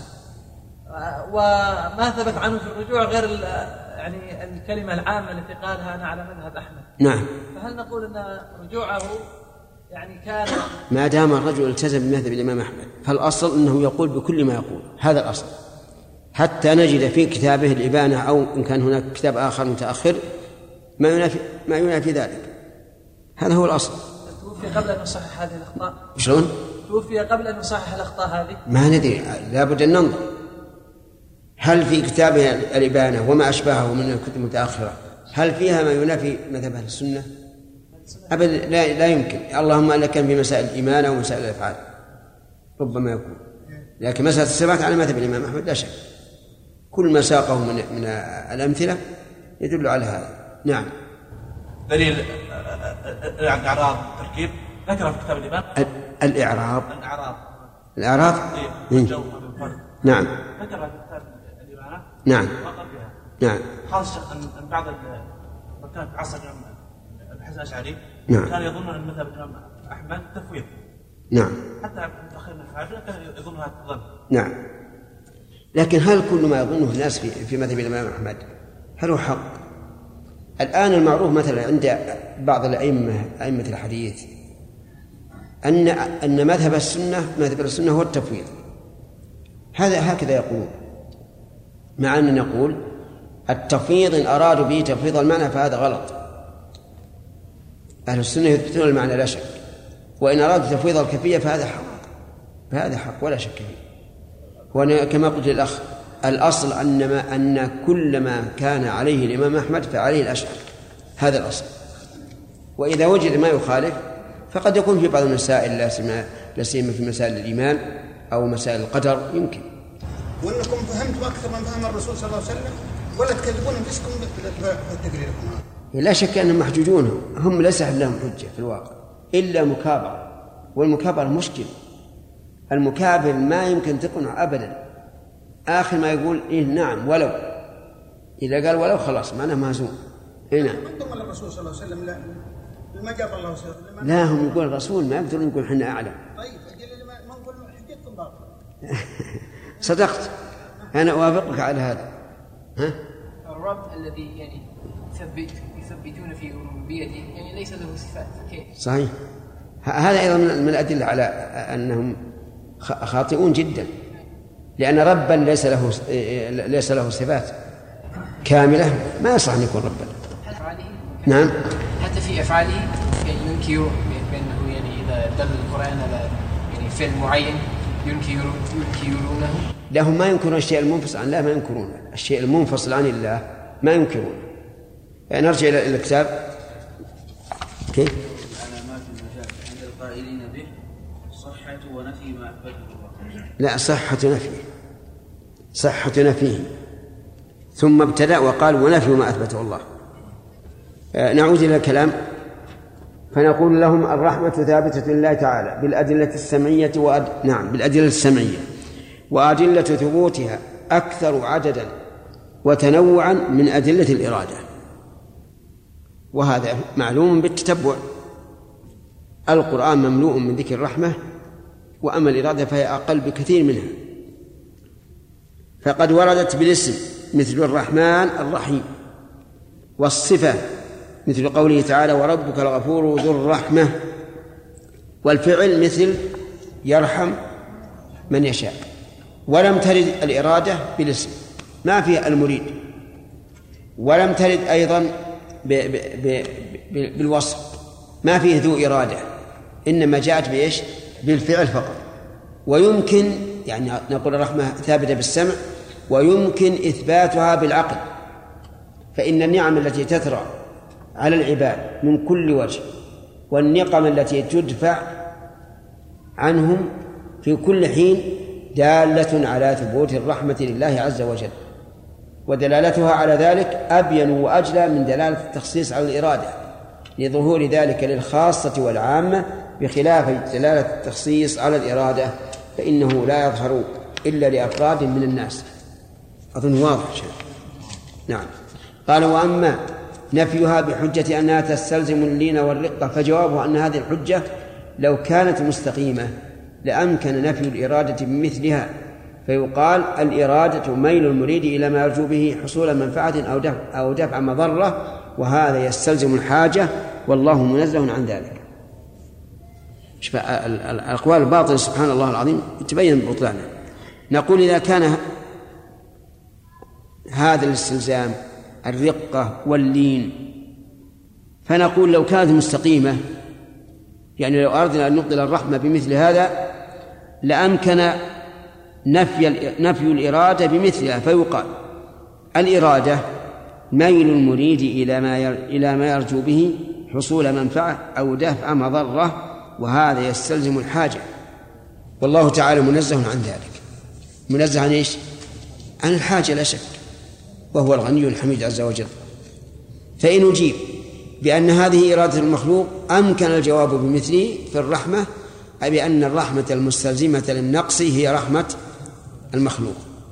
وما ثبت عنه في الرجوع غير يعني الكلمة العامة التي قالها أنا على مذهب أحمد. نعم. فهل نقول أن رجوعه يعني كان ما دام الرجل التزم بمذهب الإمام أحمد فالأصل أنه يقول بكل ما يقول، هذا الأصل، حتى نجد في كتابه الإبانة أو إن كان هناك كتاب آخر متأخر ما ينافي ما ينافي ذلك، هذا هو الأصل. توفي قبل أن يصحح هذه الأخطاء؟ شلون؟ توفي قبل أن يصحح الأخطاء هذه؟ ما ندري، لابد أن ننظر هل في كتابه الإبانة وما أشبهه من الكتب المتأخرة هل فيها ما ينافي مذهب أهل السنة؟ أبدا، لا, لا يمكن، اللهم أن كان في مسائل الإيمان أو مسائل الأفعال ربما يكون، لكن مسألة الصفات على مذهب الإمام أحمد لا شك، كل ما ساقه من, من الأمثلة يدل على هذا. نعم. دليل الإعراب التركيب ذكر في كتاب الإبانة الإعراب الإعراب الإعراب إيه؟ نعم. ذكر في كتاب الإبانة نعم. نعم. خاصة أن بعض كانت عصر الحسن الأشعري نعم. كان يظن أن مذهب الإمام أحمد تفويض. نعم. حتى متأخرين الحاجة كان يظنها تظن. نعم. لكن هل كل ما يظنه الناس في في مذهب الإمام أحمد هل هو حق؟ الآن المعروف مثلا عند بعض الأئمة أئمة الحديث أن أن مذهب السنة مذهب السنة هو التفويض، هذا هكذا يقولون، مع أن نقول التفويض إن أرادوا به تفويض المعنى فهذا غلط. أهل السنة يثبتون المعنى لا شك، وإن أرادوا تفويض الكيفية فهذا حق، فهذا حق ولا شك فيه. وأنا كما قلت للأخ الأصل أن ما أن كل ما كان عليه الإمام أحمد فعليه الأشعري، هذا الأصل، وإذا وجد ما يخالف فقد يكون في بعض المسائل لا سيما في مسائل الإيمان أو مسائل القدر يمكن. وأنكم فهمتم أكثر من فهم الرسول صلى الله عليه وسلم ولا تكذبون أنفسكم بالتقريركم؟ لا شك أنهم محجوجون، هم ليس لهم حجة في الواقع إلا مكابرة، والمكابرة مشكل. المكابر ما يمكن تقنع أبدا، آخر ما يقول إيه نعم ولو، إذا قال ولو خلاص معناه مهزوم. إيه نعم. منكم الرسول صلى الله عليه وسلم لا ما جاب الله وسلم. لا هم يقول الرسول ما يقدرون يقول حنا أعلم. طيب أجل ما نقول حجتكم باطل. صدقت، أنا أوافقك على هذا. ها؟ الرب الذي يعني يثبت يثبتون في ربوبيته يعني ليس له صفات كيف؟ صحيح. هذا أيضا من الأدلة على أنهم خاطئون جدا، لأن ربا ليس له ليس له صفات كاملة ما يصح أن يكون ربا. نعم. حتى في أفعاله يعني ينكر بأنه يعني إذا دل القرآن على يعني فعل معين ينكر ينكرونه. لا هم ما ينكرون الشيء المنفصل عن الله، ما ينكرون الشيء المنفصل عن الله ما ينكرون. يعني نرجع إلى الكتاب. كيف؟ علامات النجاة عند القائلين به صحة ونفي ما أثبته الله. لا صحة نفيه، صحة نفيه ثم ابتدأ وقال ونفي ما أثبته الله. آه نعود إلى الكلام فنقول لهم الرحمة ثابتة لله تعالى بالأدلة السمعية وأد... نعم بالأدلة السمعية، وأدلة ثبوتها أكثر عددا وتنوعا من أدلة الإرادة، وهذا معلوم بالتتبع. القرآن مملوء من ذكر الرحمة، وأما الإرادة فهي أقل بكثير منها، فقد وردت بالاسم مثل الرحمن الرحيم، والصفة مثل قوله تعالى وربك الغفور ذو الرحمة، والفعل مثل يرحم من يشاء. ولم ترد الإرادة بالاسم ما فيها المريد، ولم ترد أيضا ب ب ب بالوصف ما فيه ذو إرادة، إنما جاءت بإيش؟ بالفعل فقط. ويمكن يعني نقول الرحمة ثابتة بالسمع، ويمكن إثباتها بالعقل، فإن النعم التي تترى على العباد من كل وجه والنقم التي تدفع عنهم في كل حين دالة على ثبوت الرحمة لله عز وجل، ودلالتها على ذلك أبين وأجلى من دلالة التخصيص على الإرادة، لظهور ذلك للخاصة والعامة، بخلاف دلالة التخصيص على الإرادة فإنه لا يظهر إلا لأفراد من الناس. أظن واضح شيء. نعم. قال وأما نفيها بحجة أنها تستلزم اللين والرقة فجوابه أن هذه الحجة لو كانت مستقيمة لأمكن نفي الإرادة بمثلها، فيقال الإرادة ميل المريد إلى ما يرجو به حصول منفعة أو دفع, أو دفع مضرة، وهذا يستلزم الحاجة والله منزه عن ذلك. الأقوال الباطلة سبحان الله العظيم يتبين بطلانه. نقول إذا كان هذا الاستلزام الرقة واللين، فنقول لو كانت مستقيمة يعني لو أردنا أن نبطل الرحمة بمثل هذا لأمكن نفي نفي الإرادة بمثلها، فيقال الإرادة ميل المريد إلى ما إلى ما يرجو به حصول منفعة أو دفع مضرة، وهذا يستلزم الحاجة، والله تعالى منزه عن ذلك. منزه عن إيش؟ عن الحاجة لا شك، وهو الغني الحميد عز وجل. فإن أجيب بأن هذه إرادة المخلوق أمكن الجواب بمثله في الرحمة، أي بأن الرحمة المستلزمة للنقص هي رحمة المخلوق.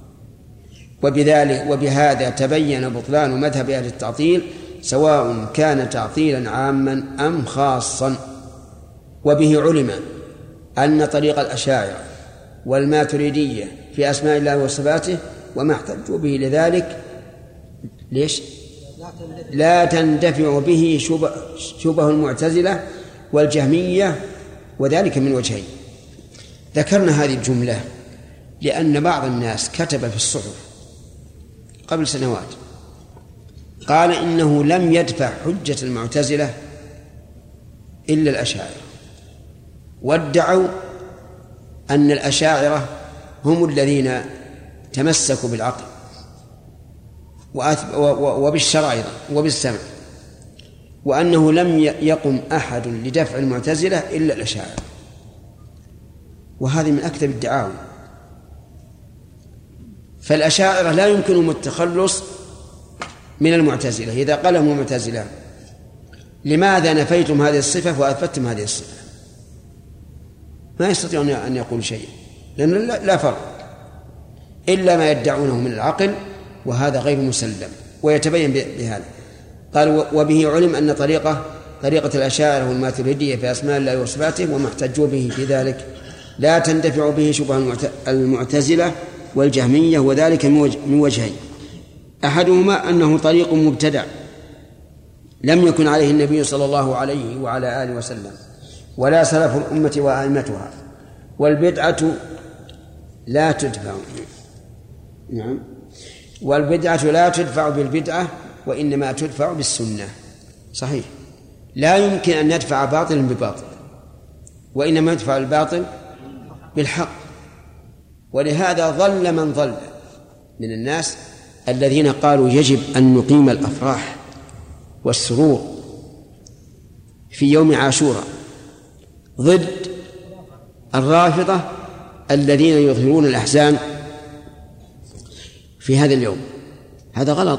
وبذلك وبهذا تبين بطلان مذهب أهل التعطيل سواء كان تعطيلا عاما أم خاصا. وبه علم أن طريق الأشاعرة والماتريدية في أسماء الله وصفاته وما احتجوا به لذلك ليش؟ لا تندفع به شبه, شبه المعتزلة والجهمية، وذلك من وجهين. ذكرنا هذه الجملة لأن بعض الناس كتب في الصحف قبل سنوات قال إنه لم يدفع حجة المعتزلة إلا الأشاعرة، وادعوا أن الأشاعرة هم الذين تمسكوا بالعقل وبالشرع أيضا وبالسمع، وأنه لم يقم أحد لدفع المعتزلة إلا الأشاعرة، وهذه من أكثر الدعاوى. فالأشاعرة لا يمكنهم التخلص من المعتزلة. إذا قال لهم المعتزلة لماذا نفيتم هذه الصفة وأثبتتم هذه الصفة؟ ما يستطيعون أن يقول شيء، لأن لا فرق إلا ما يدعونه من العقل، وهذا غير مسلم ويتبين بهذا. قال وبه علم أن طريقة طريقة الأشاعرة والماتريدية في أسماء الله وصفاته وما احتجوا به في ذلك لا تندفع به شبه المعتزلة والجهمية، وذلك من وجهين: أحدهما أنه طريق مبتدع لم يكن عليه النبي صلى الله عليه وعلى آله وسلم ولا سلف الأمة وأئمتها، والبدعة لا تدفع نعم والبدعة لا تدفع بالبدعة وإنما تدفع بالسنة. صحيح، لا يمكن أن ندفع باطل بباطل، وإنما يدفع الباطل بالحق. ولهذا ظل من ظل من الناس الذين قالوا يجب أن نقيم الأفراح والسرور في يوم عاشوراء ضد الرافضة الذين يظهرون الأحزان في هذا اليوم. هذا غلط.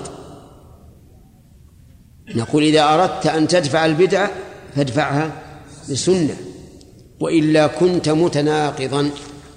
نقول إذا أردت أن تدفع البدعة فادفعها بسنة، وإلا كنت متناقضا.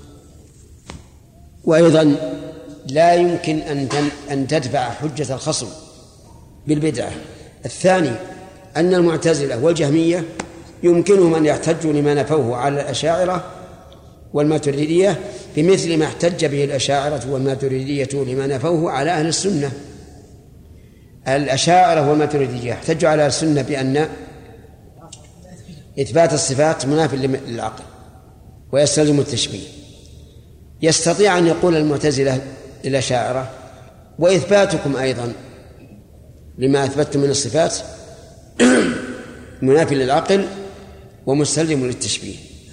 وأيضا لا يمكن أن تدفع حجة الخصم بالبدعة. الثاني أن المعتزلة والجهمية يمكنهم أن يحتجوا لما نفوه على الأشاعرة والماتريدية بمثل ما احتج به الأشاعرة والماتريدية لما نفوه على أهل السنة. الأشاعرة والماتريدية احتجوا على السنة بأن إثبات الصفات منافي للعقل ويستلزم التشبيه. يستطيع أن يقول المعتزلة للأشاعرة وإثباتكم أيضا لما أثبتم من الصفات منافي للعقل ومستلزم للتشبيه.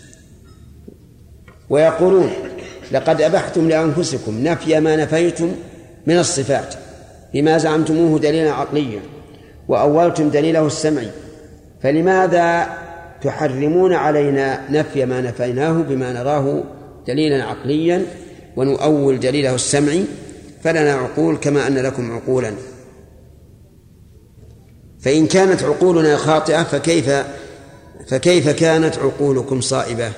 ويقولون لقد أبحتم لأنفسكم نفي ما نفيتم من الصفات بما زعمتموه دليلا عقليا وأولتم دليله السمعي، فلماذا تحرمون علينا نفي ما نفيناه بما نراه دليلا عقليا ونؤول دليله السمعي؟ فلنا عقول كما أن لكم عقولا. فإن كانت عقولنا خاطئة فكيف فكيف كانت عقولكم صائبة؟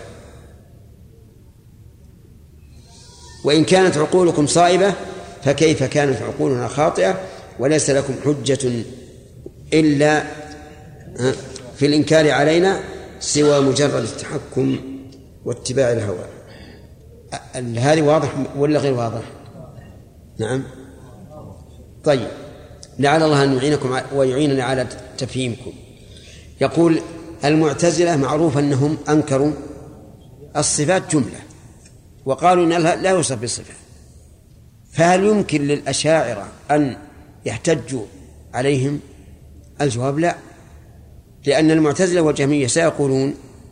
وإن كانت عقولكم صائبة فكيف كانت عقولنا خاطئة وليس لكم حجة إلا في الإنكار علينا سوى مجرد التحكم واتباع الهوى؟ هذه واضح ولا غير واضح؟ نعم. طيب، لعل الله أن يعينكم ويعيننا على تفهيمكم. يقول المعتزلة معروف أنهم أنكروا الصفات جملة وقالوا إن لا يوصف بالصفات، فهل يمكن للأشاعرة أن يحتجوا عليهم؟ الجواب لا، لأن المعتزلة والجهمية سيقولون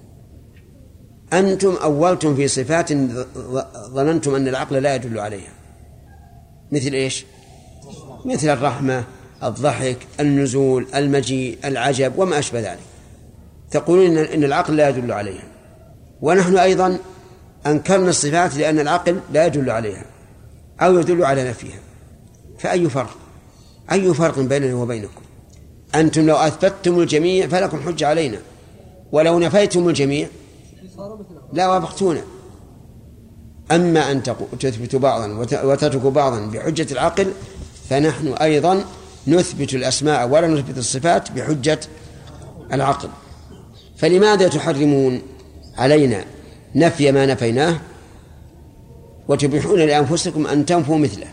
أنتم أولتم في صفات ظننتم أن العقل لا يدل عليها، مثل إيش؟ مثل الرحمة، الضحك، النزول، المجيء، العجب وما أشبه ذلك، تقولون إن العقل لا يدل عليها. ونحن أيضا أنكرنا الصفات لأن العقل لا يدل عليها أو يدل على نفيها. فأي فرق أي فرق بيننا وبينكم؟ أنتم لو أثبتتم الجميع فلكم حجة علينا، ولو نفيتم الجميع لا وافقتونا. أما أن تثبتوا بعضا وتتركوا بعضا بحجة العقل فنحن أيضا نثبت الأسماء ولا نثبت الصفات بحجة العقل. فلماذا تحرمون علينا نفي ما نفيناه وتبيحون لأنفسكم أن تنفوا مثله؟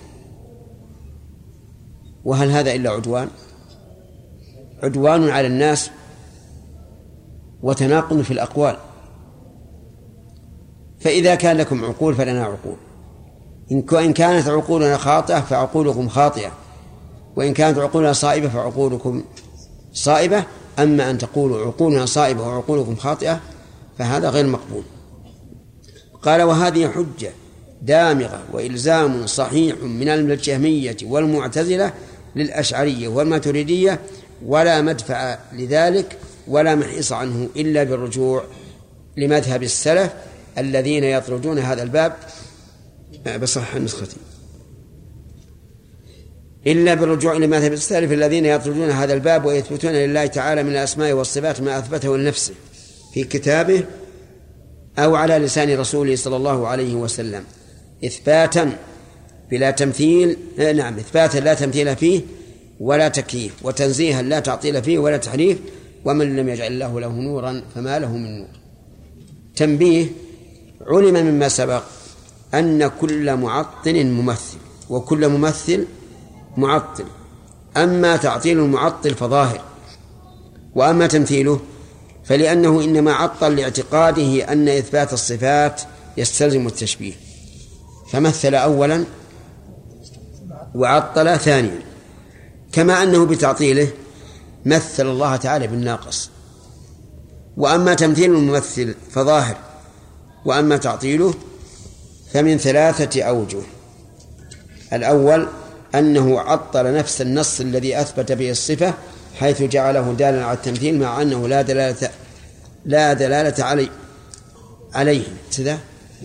وهل هذا إلا عدوان عدوان على الناس وتناقض في الأقوال؟ فإذا كان لكم عقول فلنا عقول، إن كانت عقولنا خاطئة فعقولكم خاطئة، وإن كانت عقولنا صائبة فعقولكم صائبة. أما أن تقولوا عقولنا صائبة وعقولكم خاطئة فهذا غير مقبول. قال وهذه حجة دامغة وإلزام صحيح من الجهمية والمعتزلة للأشعرية والماتريدية ولا مدفع لذلك ولا محيص عنه إلا بالرجوع لمذهب السلف الذين يطردون هذا الباب بصح نسختي إلا بالرجوع لمذهب السلف الذين يطردون هذا الباب ويثبتون لله تعالى من الأسماء والصفات ما أثبته لنفسه في كتابه أو على لسان رسوله صلى الله عليه وسلم إثباتا بلا تمثيل نعم إثباتا لا تمثيل فيه ولا تكييف وتنزيها لا تعطيل فيه ولا تحريف ومن لم يجعل الله له نورا فما له من نور. تنبيه: علم مما سبق أن كل معطل ممثل وكل ممثل معطل، أما تعطيل المعطل فظاهر، وأما تمثيله فلأنه إنما عطل لاعتقاده أن إثبات الصفات يستلزم التشبيه، فمثل أولا وعطل ثانيا، كما أنه بتعطيله مثل الله تعالى بالناقص. وأما تمثيل الممثل فظاهر، وأما تعطيله فمن ثلاثة أوجه: الأول أنه عطل نفس النص الذي أثبت به الصفة حيث جعله دالا على التمثيل مع أنه لا دلالة لا دلالة عليه عليه كذا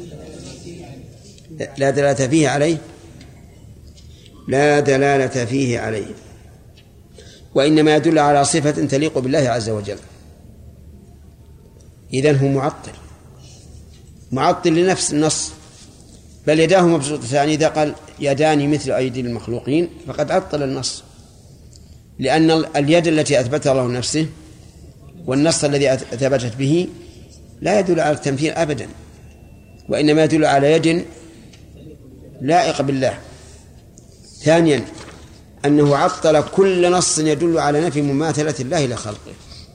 لا دلالة فيه عليه لا دلالة فيه عليه وإنما يدل على صفة تليق بالله عز وجل. إذن هو معطل معطل لنفس النص، بل يداه مبسوطتان. إذا قال يدان مثل أيدي المخلوقين فقد عطل النص، لأن اليد التي أثبتها الله نفسه والنص الذي أثبتت به لا يدل على التمثيل أبدا، وإنما يدل على يد لائقة بالله. ثانيا أنه عطل كل نص يدل على نفي مماثلة الله لخلقه،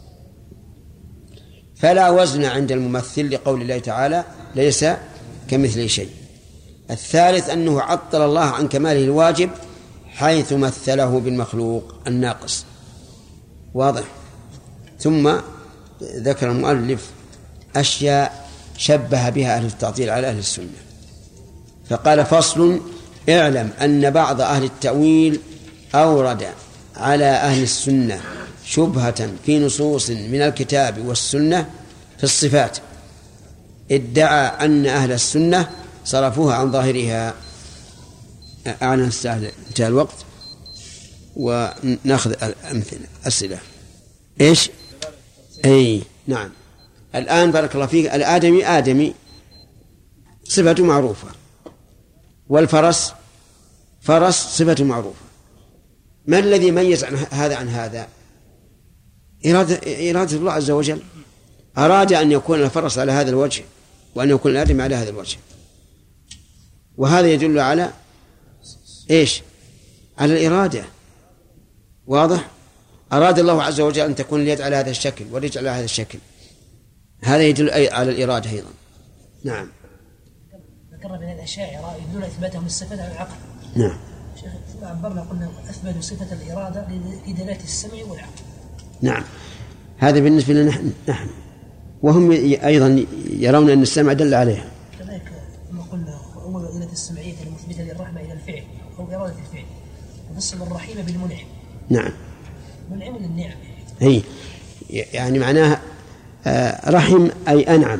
فلا وزن عند الممثل لقول الله تعالى ليس كمثله شيء. الثالث أنه عطل الله عن كماله الواجب حيث مثله بالمخلوق الناقص. واضح؟ ثم ذكر المؤلف أشياء شبه بها أهل التعطيل على أهل السنة، فقال: فصل: اعلم أن بعض أهل التأويل أورد على أهل السنة شبهة في نصوص من الكتاب والسنة في الصفات، ادعى أن أهل السنة صرفوها عن ظاهرها. أعلن انتهى الوقت ونأخذ الأمثلة أسئلة. إيش؟ أي نعم. الآن بارك الله فيك، الآدمي آدمي صفة معروفة، والفرس فرس صفة معروفة. ما الذي ميز عن هذا عن هذا؟ إرادة, إرادة الله عز وجل. أراد أن يكون الفرس على هذا الوجه وأن يكون الآدمي على هذا الوجه، وهذا يدل على إيش؟ على الإرادة. واضح؟ أراد الله عز وجل أن تكون اليد على هذا الشكل والرجل على هذا الشكل، هذا يدل على الإرادة أيضا. نعم. ذكرنا من الأشاعرة يدلون إثباتهم الصفة على العقل. نعم. شيخ عبرنا قلنا أثبتوا صفة الإرادة لدلالة السمع والعقل. نعم، هذا بالنسبة لنا نحن، وهم أيضا يرون أن السمع دل عليها. كذلك كما قلنا أول إرادة السمعية المثبتة للرحمة إلى الفعل أو إرادة الفعل، وفصل الرحيم بالمنعم. نعم. منعم للنعم. هي يعني معناها رحم أي أنعم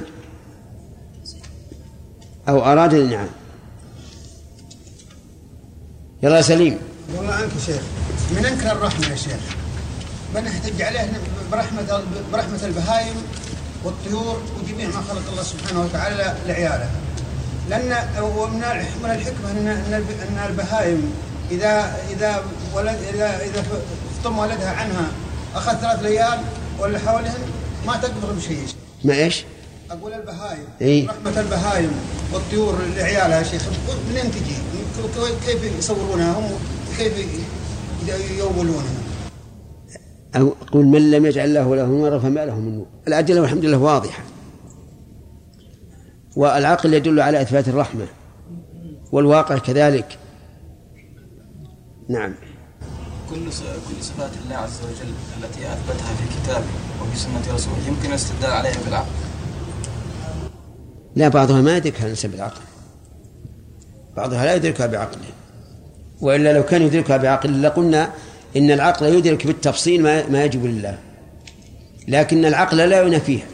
أو أراد النعم. يلا سليم. والله عنك شيخ، من أنكر الرحمة يا شيخ بنحتج عليه برحمة برحمة البهائم والطيور وجميع ما خلق الله سبحانه وتعالى لعياله، لأن ومن الحكمة أن أن البهائم إذا إذا ولد إذا إذا فطم ولدها عنها أخذ ثلاث ليال ولا حولهن ما تقدر بشيء. ما إيش؟ أقول البهائم. إيه؟ رحمة البهائم والطيور لعيالها يا شيخ منين تجي؟ كيف يصورونها هم؟ كيف يولونها؟ أقول من لم يجعل له له نور فما له من نور. الأدلة والحمد لله واضحة، والعقل يدل على إثبات الرحمة والواقع كذلك. نعم. كل كل صفات الله عز وجل التي أثبتها في كتابه وفي سنة رسوله يمكن الاستدلال عليها بالعقل. لا، بعضها ما يدركها الإنسان بالعقل، بعضها لا يدركها بعقله، وإلا لو كان يدركها بعقل لقلنا إن العقل يدرك بالتفصيل ما ما يجب لله، لكن العقل لا ينافيه.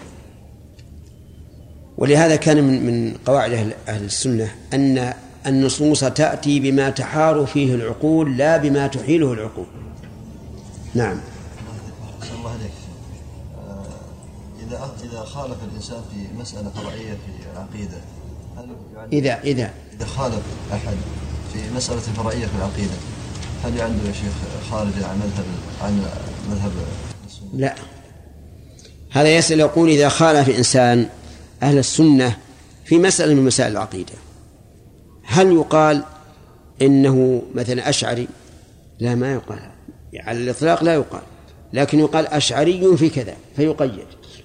ولهذا كان من من قواعد أهل, أهل السنة أن النصوص تأتي بما تحار فيه العقول لا بما تحيله العقول. نعم. الله عليك. إذا إذا خالف الإنسان في مسألة فرعية في العقيدة، هل يعني إذا إذا إذا خالف أحد في مسألة فرعية في العقيدة، هل عنده يا شيخ خارج عن مذهب عن مذهب السنة؟ لا، هذا يسأل يقول إذا خالف إنسان أهل السنة في مسألة من مسائل العقيدة، هل يقال إنه مثلا أشعري؟ لا، ما يقال على الإطلاق، لا يقال، لكن يقال أشعري في كذا فيقيد.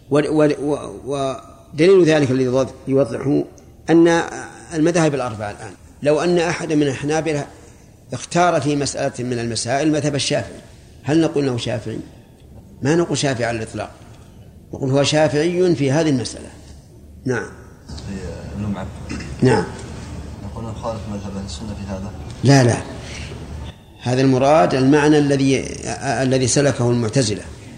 ودليل ذلك الذي يوضحه أن المذاهب الأربعة الآن، لو أن أحد من الحنابلة اختار في مسألة من المسائل مذهب الشافعي، هل نقول له شافعي؟ ما نقول شافعي على الإطلاق، نقول هو شافعي في هذه المسألة. نعم. اللمعة. نعم. نقول نخالف مذهب السنة في هذا؟ لا لا، هذا المراد المعنى الذي الذي سلكه المعتزلة.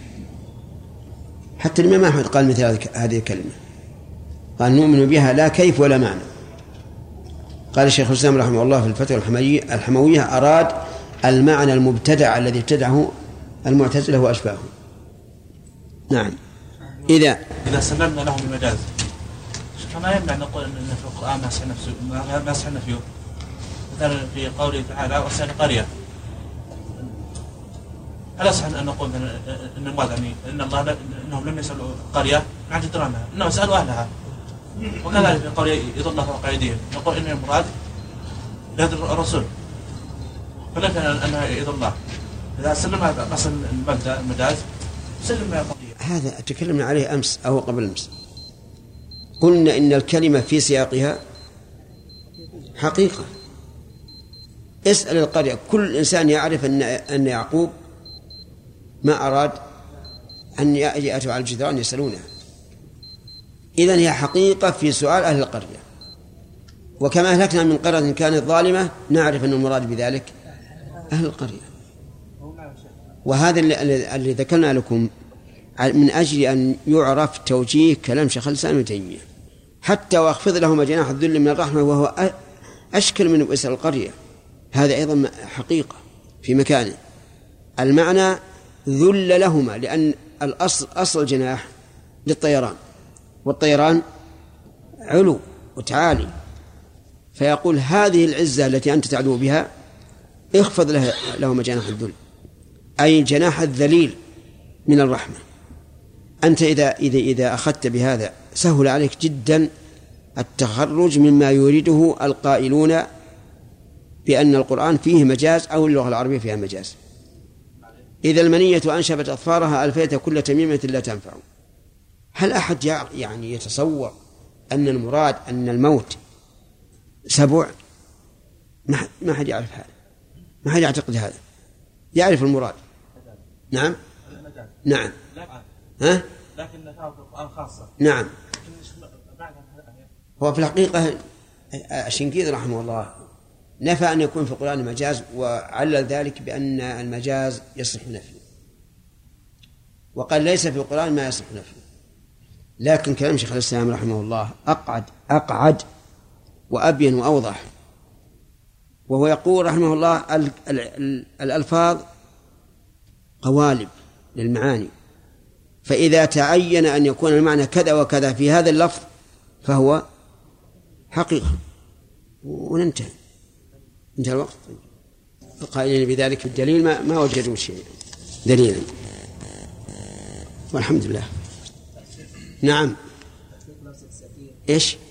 حتى الإمام أحمد قال مثل هذه الكلمة، قال نؤمن بها لا كيف ولا معنى. قال الشيخ الإسلام رحمه الله في الفتوى الحموية أراد المعنى المبتدع الذي ابتدعه المعتزلة وأشباهه. نعم. إذا إذا سلمنا له بالمجاز، فما يمنع نقول أن في القرآن ما سحنا فيه ما سحنا فيه مثلا في قوله تعالى وسأل قرية، هل أصح أن نقول أن المراد يعني أن الله أنهم لم يسألوا قرية عن جدرانها، إنهم سألوا أهلها، وكذلك في قوله يضل الله فوق أيديهم نقول إن المراد لهذا الرسول، فلا كان أنها يضل الله. إذا سلمها مثلا المجاز سلمها قضية. هذا تكلمنا عليه أمس أو قبل أمس، قلنا إن الكلمة في سياقها حقيقة. اسأل القرية، كل إنسان يعرف أن أن يعقوب ما أراد أن يأتوا على الجدران يسألونه، إذن هي حقيقة في سؤال أهل القرية. وكما أهلكنا من قرية كانت ظالمة نعرف أن المراد بذلك أهل القرية. وهذا اللي ذكرنا لكم من أجل أن يعرف توجيه كلام شيخ الإسلام ابن تيمية، حتى واخفض لهما جناح الذل من الرحمة، وهو أشكل من اسأل القرية، هذا أيضا حقيقة في مكانه. المعنى ذل لهما، لأن الأصل أصل الجناح للطيران، والطيران علو وتعالي، فيقول هذه العزة التي أنت تعلو بها اخفض له لهما جناح الذل، أي الجناح الذليل من الرحمة. أنت إذا إذا إذا أخذت بهذا سهل عليك جدا التخرج مما يريده القائلون بأن القرآن فيه مجاز أو اللغة العربية فيها مجاز. إذا المنية أنشبت أظفارها ألفيت كل تميمة لا تنفع. هل أحد يعني يتصور أن المراد أن الموت سبع؟ ما حد يعرف هذا، ما حد يعتقد هذا، يعرف المراد. نعم نعم ها؟ لكن نفعه في القرآن خاصة. نعم. هو في الحقيقة الشنقيطي رحمه الله نفى أن يكون في القرآن مجاز، وعلل ذلك بأن المجاز يصح نفيه، وقال ليس في القرآن ما يصح نفيه. لكن كلام شيخ الإسلام رحمه الله أقعد أقعد وأبين وأوضح، وهو يقول رحمه الله الألفاظ قوالب للمعاني، فإذا تعين أن يكون المعنى كذا وكذا في هذا اللفظ فهو حقيقة، وننتهي، انتهى الوقت. القائلين بذلك في الدليل ما, ما وجدوا شيء دليلا، والحمد لله. نعم. إيش؟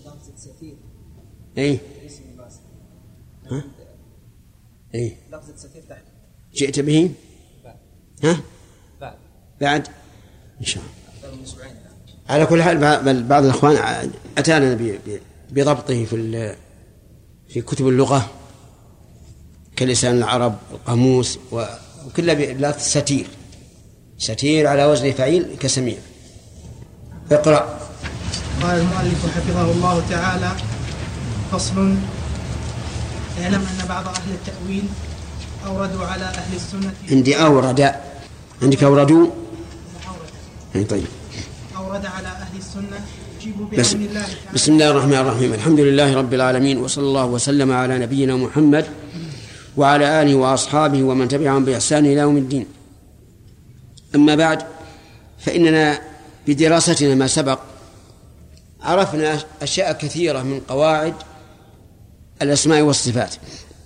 إيه؟ ها؟ إيه؟ جئت به؟ ها؟ بعد إن شاء الله. على كل حال بعض الأخوان أتانا بضبطه في في كتب اللغة كلسان العرب القاموس وكل بلاد ستير ستير على وزن فعيل كسميع. اقرأ. قال المؤلف حفظه الله تعالى: فصل: اعلم أن بعض أهل التأويل أوردوا على أهل السنة عندي أورد عندك أوردوا طيب أورد على أهل السنة جيبوا بس بعلم الله. بسم الله الرحمن الرحيم. الحمد لله رب العالمين، وصلى الله وسلم على نبينا محمد وعلى آله وأصحابه ومن تبعهم بإحسان إلى يوم الدين. أما بعد، فإننا بدراستنا ما سبق عرفنا أشياء كثيرة من قواعد الأسماء والصفات،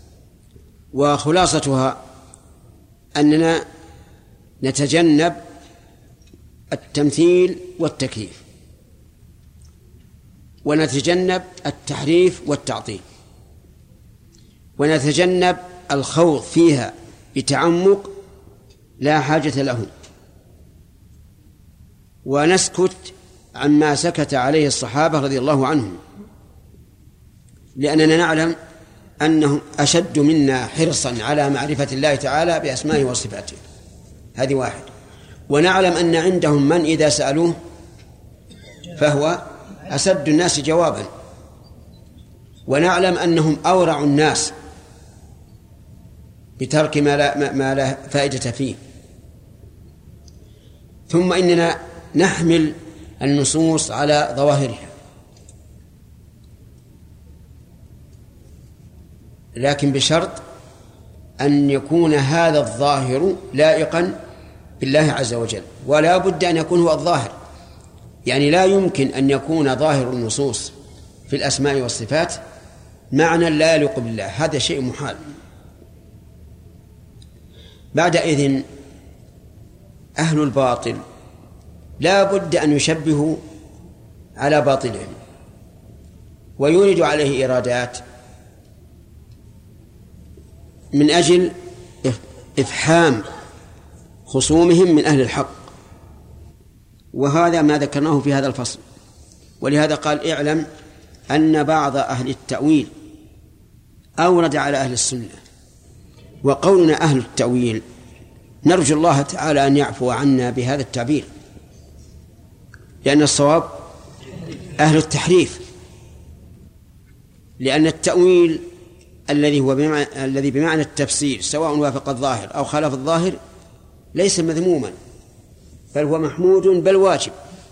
وخلاصتها أننا نتجنب التمثيل والتكييف، ونتجنب التحريف والتعطيل، ونتجنب الخوض فيها بتعمق لا حاجة له، ونسكت عما سكت عليه الصحابة رضي الله عنهم، لأننا نعلم أنهم أشد منا حرصا على معرفة الله تعالى بأسمائه وصفاته. هذه واحد. ونعلم أن عندهم من إذا سألوه فهو أسد الناس جوابا. ونعلم أنهم أورع الناس بترك ما لا, ما لا فائدة فيه. ثم إننا نحمل النصوص على ظواهرها، لكن بشرط أن يكون هذا الظاهر لائقا بالله عز وجل، ولا بد أن يكون هو الظاهر. يعني لا يمكن أن يكون ظاهر النصوص في الأسماء والصفات معنى لا يليق بالله، هذا شيء محال. بعد إذن أهل الباطل لا بد أن يشبهوا على باطلهم ويورد عليه إرادات من أجل إفحام خصومهم من أهل الحق، وهذا ما ذكرناه في هذا الفصل. ولهذا قال: اعلم أن بعض أهل التأويل أورد على أهل السنة. وقولنا أهل التأويل نرجو الله تعالى أن يعفو عنا بهذا التعبير، لأن الصواب أهل التحريف، لأن التأويل الذي هو بمعنى الذي بمعنى التفسير سواء وافق الظاهر أو خالف الظاهر ليس مذموما، بل هو محمود بل واجب.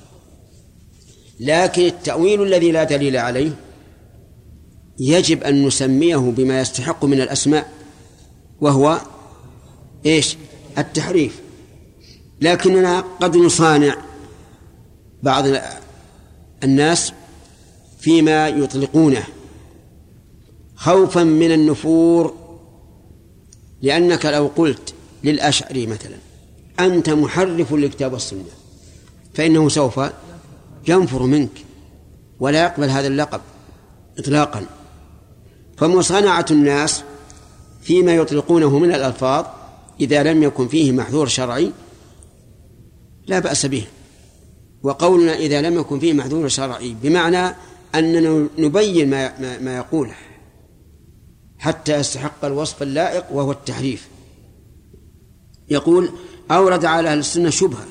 لكن التأويل الذي لا دليل عليه يجب أن نسميه بما يستحق من الأسماء، وهو إيش؟ التحريف. لكننا قد نصانع بعض الناس فيما يطلقونه خوفا من النفور، لأنك لو قلت للأشعري مثلا أنت محرف للكتاب والسنة فإنه سوف ينفر منك ولا يقبل هذا اللقب إطلاقا. فمصانعة الناس فيما يطلقونه من الألفاظ إذا لم يكن فيه محذور شرعي لا بأس به، وقولنا إذا لم يكن فيه محذور شرعي بمعنى أننا نبين ما, ما, ما يقوله حتى يستحق الوصف اللائق وهو التحريف. يقول: أورد على أهل السنة شبهة،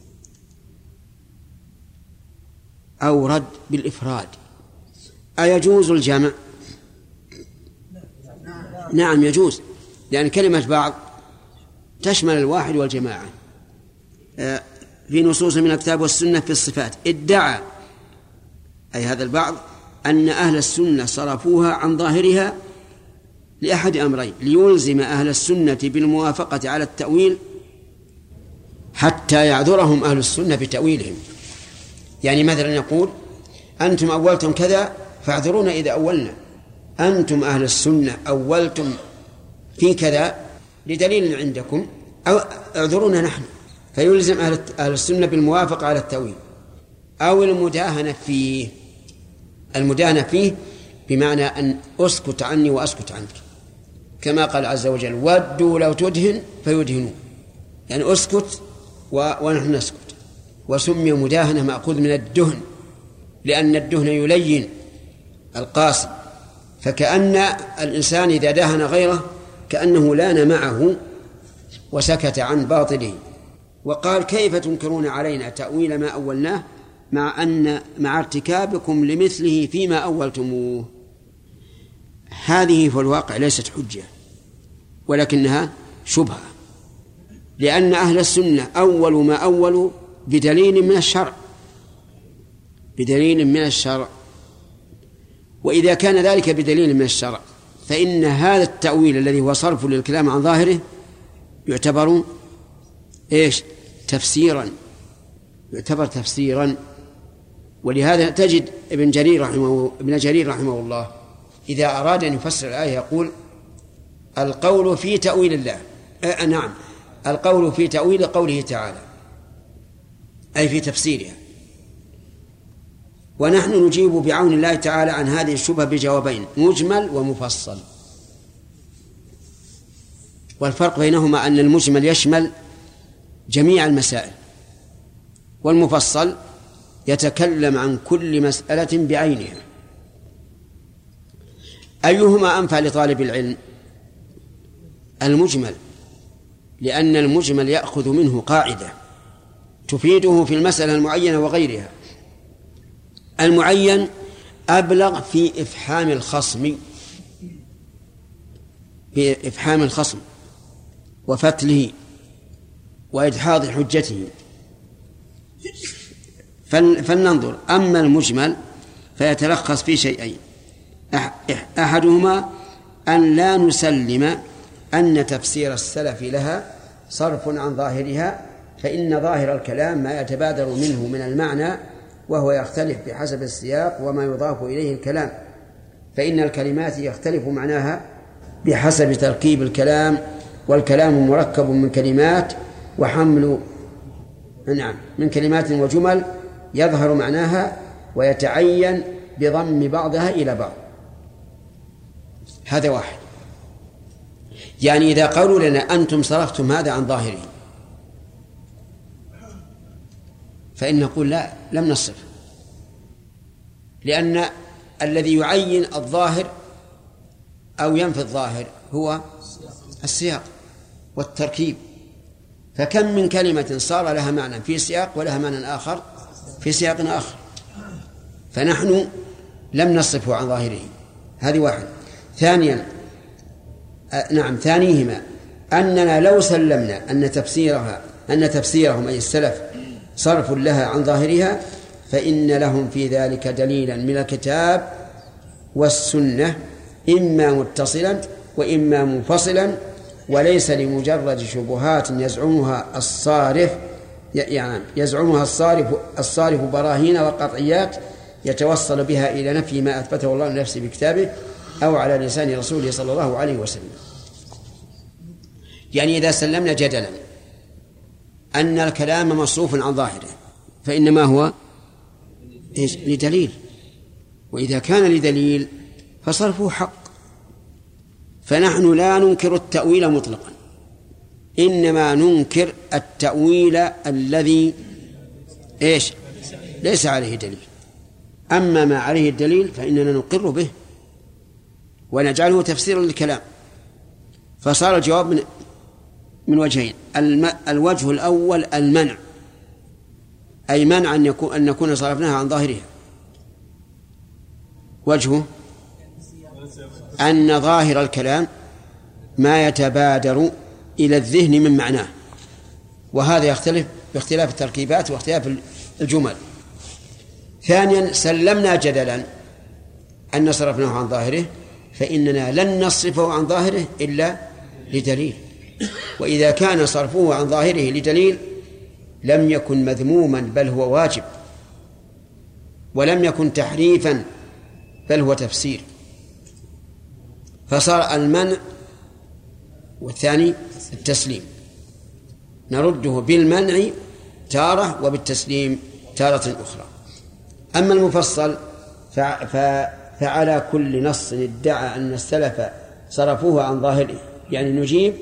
أورد بالإفراد. أيجوز الجمع؟ نعم يجوز، لأن كلمة بعض تشمل الواحد والجماعة. في نصوص من الكتاب والسنة في الصفات ادعى أي هذا البعض أن أهل السنة صرفوها عن ظاهرها لأحد أمرين: ليلزم أهل السنة بالموافقة على التأويل حتى يعذرهم أهل السنة بتأويلهم. يعني مثلا يقول: أنتم أولتم كذا فاعذرونا إذا أولنا، أنتم أهل السنة أولتم في كذا لدليل عندكم أو اعذرونا نحن. فيلزم أهل السنة بالموافقة على التأويل أو المداهنة فيه. المداهنة فيه بمعنى أن أسكت عني وأسكت عنك، كما قال عز وجل: ودوا لو تدهن فيدهنون، يعني أسكت ونحن نسكت. وسمي مداهنة مأخوذ من الدهن، لأن الدهن يلين القاسي، فكأن الإنسان إذا دهن غيره كأنه لان معه وسكت عن باطله. وقال: كيف تنكرون علينا تأويل ما أولناه مع أن مع ارتكابكم لمثله فيما أولتموه. هذه في الواقع ليست حجة، ولكنها شبهة، لأن أهل السنة أول ما أولوا بدليل من الشرع، بدليل من الشرع. وإذا كان ذلك بدليل من الشرع فإن هذا التأويل الذي هو صرف للكلام عن ظاهره يعتبر إيش؟ تفسيرا، يعتبر تفسيرا. ولهذا تجد ابن جرير رحمه ابن جرير رحمه الله إذا أراد أن يفسر الآية يقول القول في تأويل الله آه نعم القول في تأويل قوله تعالى، أي في تفسيرها. ونحن نجيب بعون الله تعالى عن هذه الشبهة بجوابين: مجمل ومفصل. والفرق بينهما أن المجمل يشمل جميع المسائل، والمفصل يتكلم عن كل مسألة بعينها. أيهما أنفع لطالب العلم؟ المجمل، لأن المجمل يأخذ منه قاعدة تفيده في المسألة المعينة وغيرها. المعين أبلغ في إفحام الخصم في إفحام الخصم وفتله وإدحاض حجته. فلننظر. أما المجمل فيتلخص في شيئين: أحدهما أن لا نسلم أن تفسير السلف لها صرف عن ظاهرها، فإن ظاهر الكلام ما يتبادر منه من المعنى وهو يختلف بحسب السياق وما يضاف إليه الكلام، فإن الكلمات يختلف معناها بحسب تركيب الكلام، والكلام مركب من كلمات وحمل نعم من كلمات وجمل يظهر معناها ويتعين بضم بعضها إلى بعض. هذا واحد. يعني إذا قالوا لنا أنتم صرفتم هذا عن ظاهره فإن نقول لا، لم نصرف، لأن الذي يعين الظاهر أو ينفي الظاهر هو السياق والتركيب. فكم من كلمة صار لها معنى في سياق ولها معنى آخر في سياق آخر، فنحن لم نصرفه عن ظاهره. هذه واحد. ثانيا آه نعم ثانيهما أننا لو سلمنا أن تفسيرها أن تفسيرهم أي السلف صرف لها عن ظاهرها فإن لهم في ذلك دليلا من الكتاب والسنة، إما متصلا وإما منفصلا، وليس لمجرد شبهات يزعمها الصارف يعني يزعمها الصارف الصارف براهين وقطعيات يتوصل بها إلى نفي ما أثبته الله لنفسه بكتابه أو على لسان رسوله صلى الله عليه وسلم. يعني إذا سلمنا جدلا أن الكلام مصروف عن ظاهره فإنما هو لدليل، وإذا كان لدليل فصرفه حق. فنحن لا ننكر التأويل مطلقا، إنما ننكر التأويل الذي إيش ليس عليه دليل. أما ما عليه الدليل فإننا نقر به ونجعله تفسيرا للكلام. فصار الجواب من من وجهين: الوجه الأول المنع، أي منع أن يكون أن نكون صرفناها عن ظاهرها. وجهه أن ظاهر الكلام ما يتبادر إلى الذهن من معناه، وهذا يختلف باختلاف التركيبات واختلاف الجمل. ثانيا سلمنا جدلا أن صرفناه عن ظاهره فإننا لن نصرفه عن ظاهره إلا لدليل، وإذا كان صرفه عن ظاهره لدليل لم يكن مذموما بل هو واجب، ولم يكن تحريفا بل هو تفسير. فصار المنع والثاني التسليم، نرده بالمنع تارة وبالتسليم تارة أخرى. أما المفصل فعلى كل نص ادعى أن السلف صرفوه عن ظاهره، يعني نجيب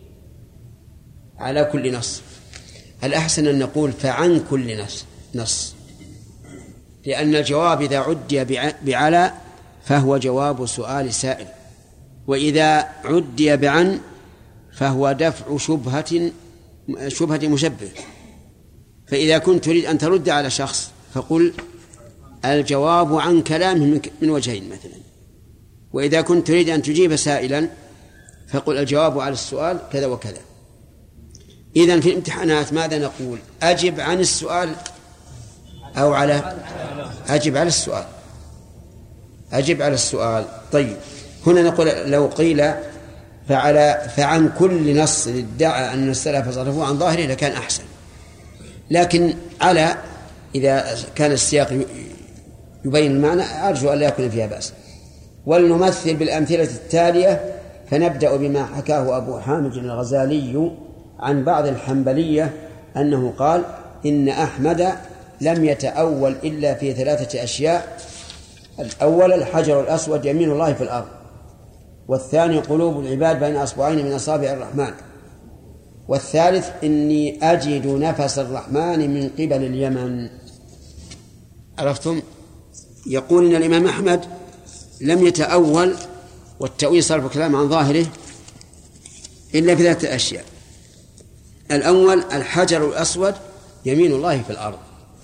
على كل نص. الأحسن أن نقول فعن كل نص نص لأن الجواب إذا عدي بعلى فهو جواب سؤال سائل، وإذا عدي بعن فهو دفع شبهة شبهة مشبه. فإذا كنت تريد أن ترد على شخص فقل الجواب عن كلامه من وجهين مثلا، وإذا كنت تريد أن تجيب سائلا فقل الجواب على السؤال كذا وكذا. إذن في الامتحانات ماذا نقول؟ أجب عن السؤال أو على أجب على السؤال أجب على السؤال. طيب هنا نقول لو قيل فعلى فعن كل نص ادعى أن السلف صرفوه عن ظاهره لكان أحسن، لكن على إذا كان السياق يبين المعنى أرجو أن لا يكون فيها بأس. ولنمثل بالأمثلة التالية، فنبدأ بما حكاه أبو حامد الغزالي عن بعض الحنبلية أنه قال إن أحمد لم يتأول إلا في ثلاثة أشياء: الأول الحجر الأسود يمين الله في الأرض، والثاني قلوب العباد بين أصبعين من أصابع الرحمن، والثالث إني أجد نفس الرحمن من قبل اليمن. عرفتم؟ يقول إن الإمام أحمد لم يتأول، والتأويل صرف الكلام عن ظاهره، إلا في ثلاثة أشياء: الأول الحجر الأسود يمين الله في الأرض.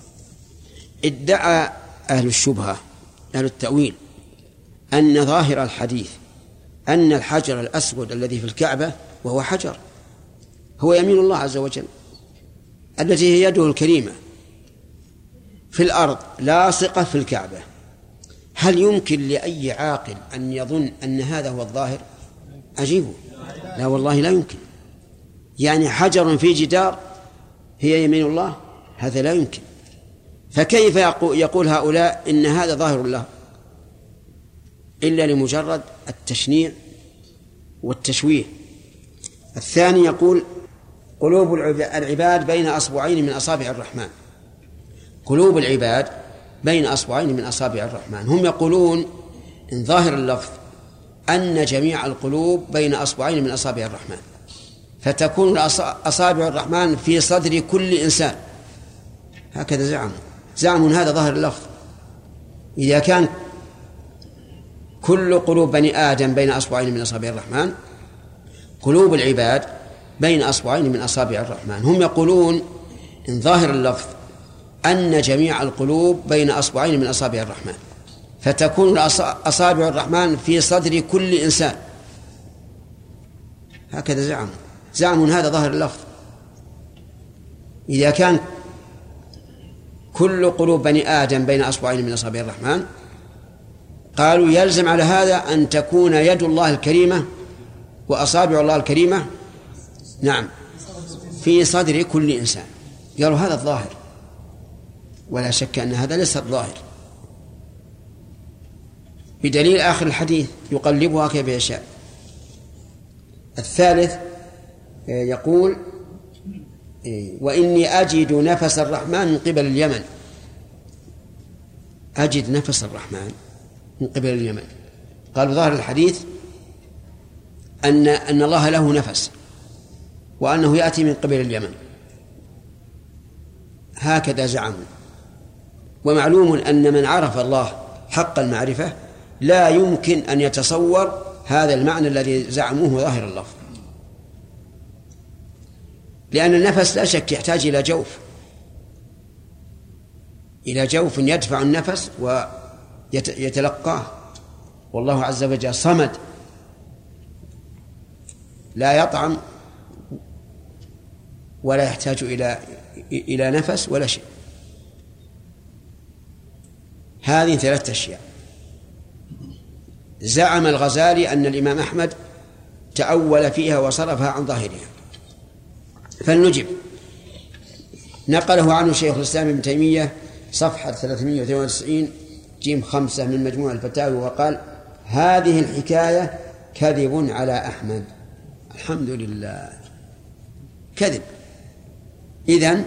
ادعى أهل الشبهة أهل التأويل أن ظاهر الحديث أن الحجر الأسود الذي في الكعبة وهو حجر هو يمين الله عز وجل التي هي يده الكريمة في الأرض لاصقة في الكعبة. هل يمكن لأي عاقل أن يظن أن هذا هو الظاهر؟ عجيب، لا والله لا يمكن. يعني حجر في جدار هي يمين الله، هذا لا يمكن. فكيف يقول هؤلاء إن هذا ظاهر الله إلا لمجرد التشنيع والتشويه. الثاني يقول قلوب العباد بين أصبعين من أصابع الرحمن. قلوب العباد بين أصبعين من أصابع الرحمن، هم يقولون إن ظاهر اللفظ أن جميع القلوب بين أصبعين من أصابع الرحمن، فتكون أصابع الرحمن في صدر كل إنسان. هكذا زعموا زعموا هذا ظاهر اللفظ. إذا كان كل قلوب بني آدم بين أصبعين من أصابع الرحمن، قلوب العباد بين أصبعين من أصابع الرحمن. هم يقولون إن ظاهر اللفظ أن جميع القلوب بين أصبعين من أصابع الرحمن، فتكون أصابع الرحمن في صدر كل إنسان. هكذا زعموا زعموا هذا ظاهر اللفظ. إذا كان كل قلوب بني آدم بين أصبعين من أصابع الرحمن، قالوا يلزم على هذا أن تكون يد الله الكريمة وأصابع الله الكريمة نعم في صدر كل إنسان. قالوا هذا الظاهر، ولا شك أن هذا ليس الظاهر، بدليل آخر الحديث يقلبها كيف يشاء. الثالث يقول وإني أجد نفس الرحمن من قبل اليمن. أجد نفس الرحمن من قبل اليمن. قال ظاهر الحديث أن أن الله له نفس وأنه يأتي من قبل اليمن، هكذا زعموا. ومعلوم أن من عرف الله حق المعرفة لا يمكن أن يتصور هذا المعنى الذي زعموه ظاهر اللفظ، لأن النفس لا شك يحتاج إلى جوف إلى جوف يدفع النفس ويتلقاه، والله عز وجل صمد لا يطعم ولا يحتاج إلى إلى نفس ولا شيء. هذه ثلاثة أشياء. زعم الغزالي أن الإمام أحمد تأول فيها وصرفها عن ظاهرها، فلنجب. نقله عنه شيخ الإسلام ابن تيمية صفحة ثلاثمائة وثمانية وتسعين جيم خمسة من مجموع الفتاوى، وقال هذه الحكاية كذب على أحمد. الحمد لله، كذب. إذن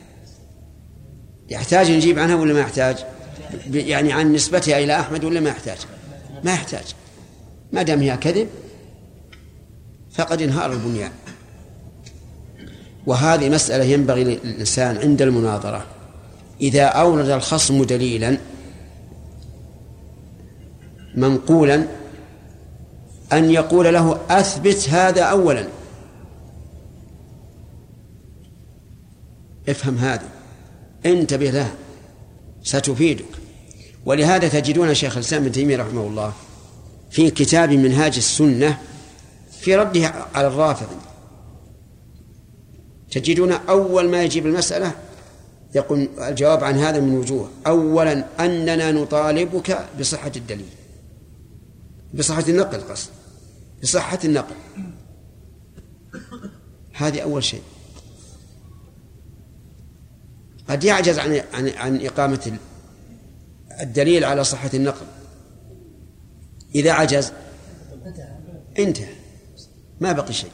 يحتاج نجيب عنها ولا ما يحتاج؟ يعني عن نسبتها إلى أحمد ولا ما يحتاج؟ ما يحتاج، ما دام هي كذب فقد انهار البنيان. وهذه مسألة ينبغي للإنسان عند المناظرة إذا أورد الخصم دليلا منقولا أن يقول له أثبت هذا أولا. افهم هذا، انتبه لها ستفيدك. ولهذا تجدون شيخ الإسلام ابن تيمية رحمه الله في كتاب منهاج السنة في رده على الرافض تجدون أول ما يجيب المسألة يقول الجواب عن هذا من وجوه. أولا أننا نطالبك بصحة الدليل، بصحة النقل، قصد بصحة النقل، هذه أول شيء. قد يعجز عن عن عن إقامة الدليل على صحة النقل، إذا عجز انتهى ما بقي شيء.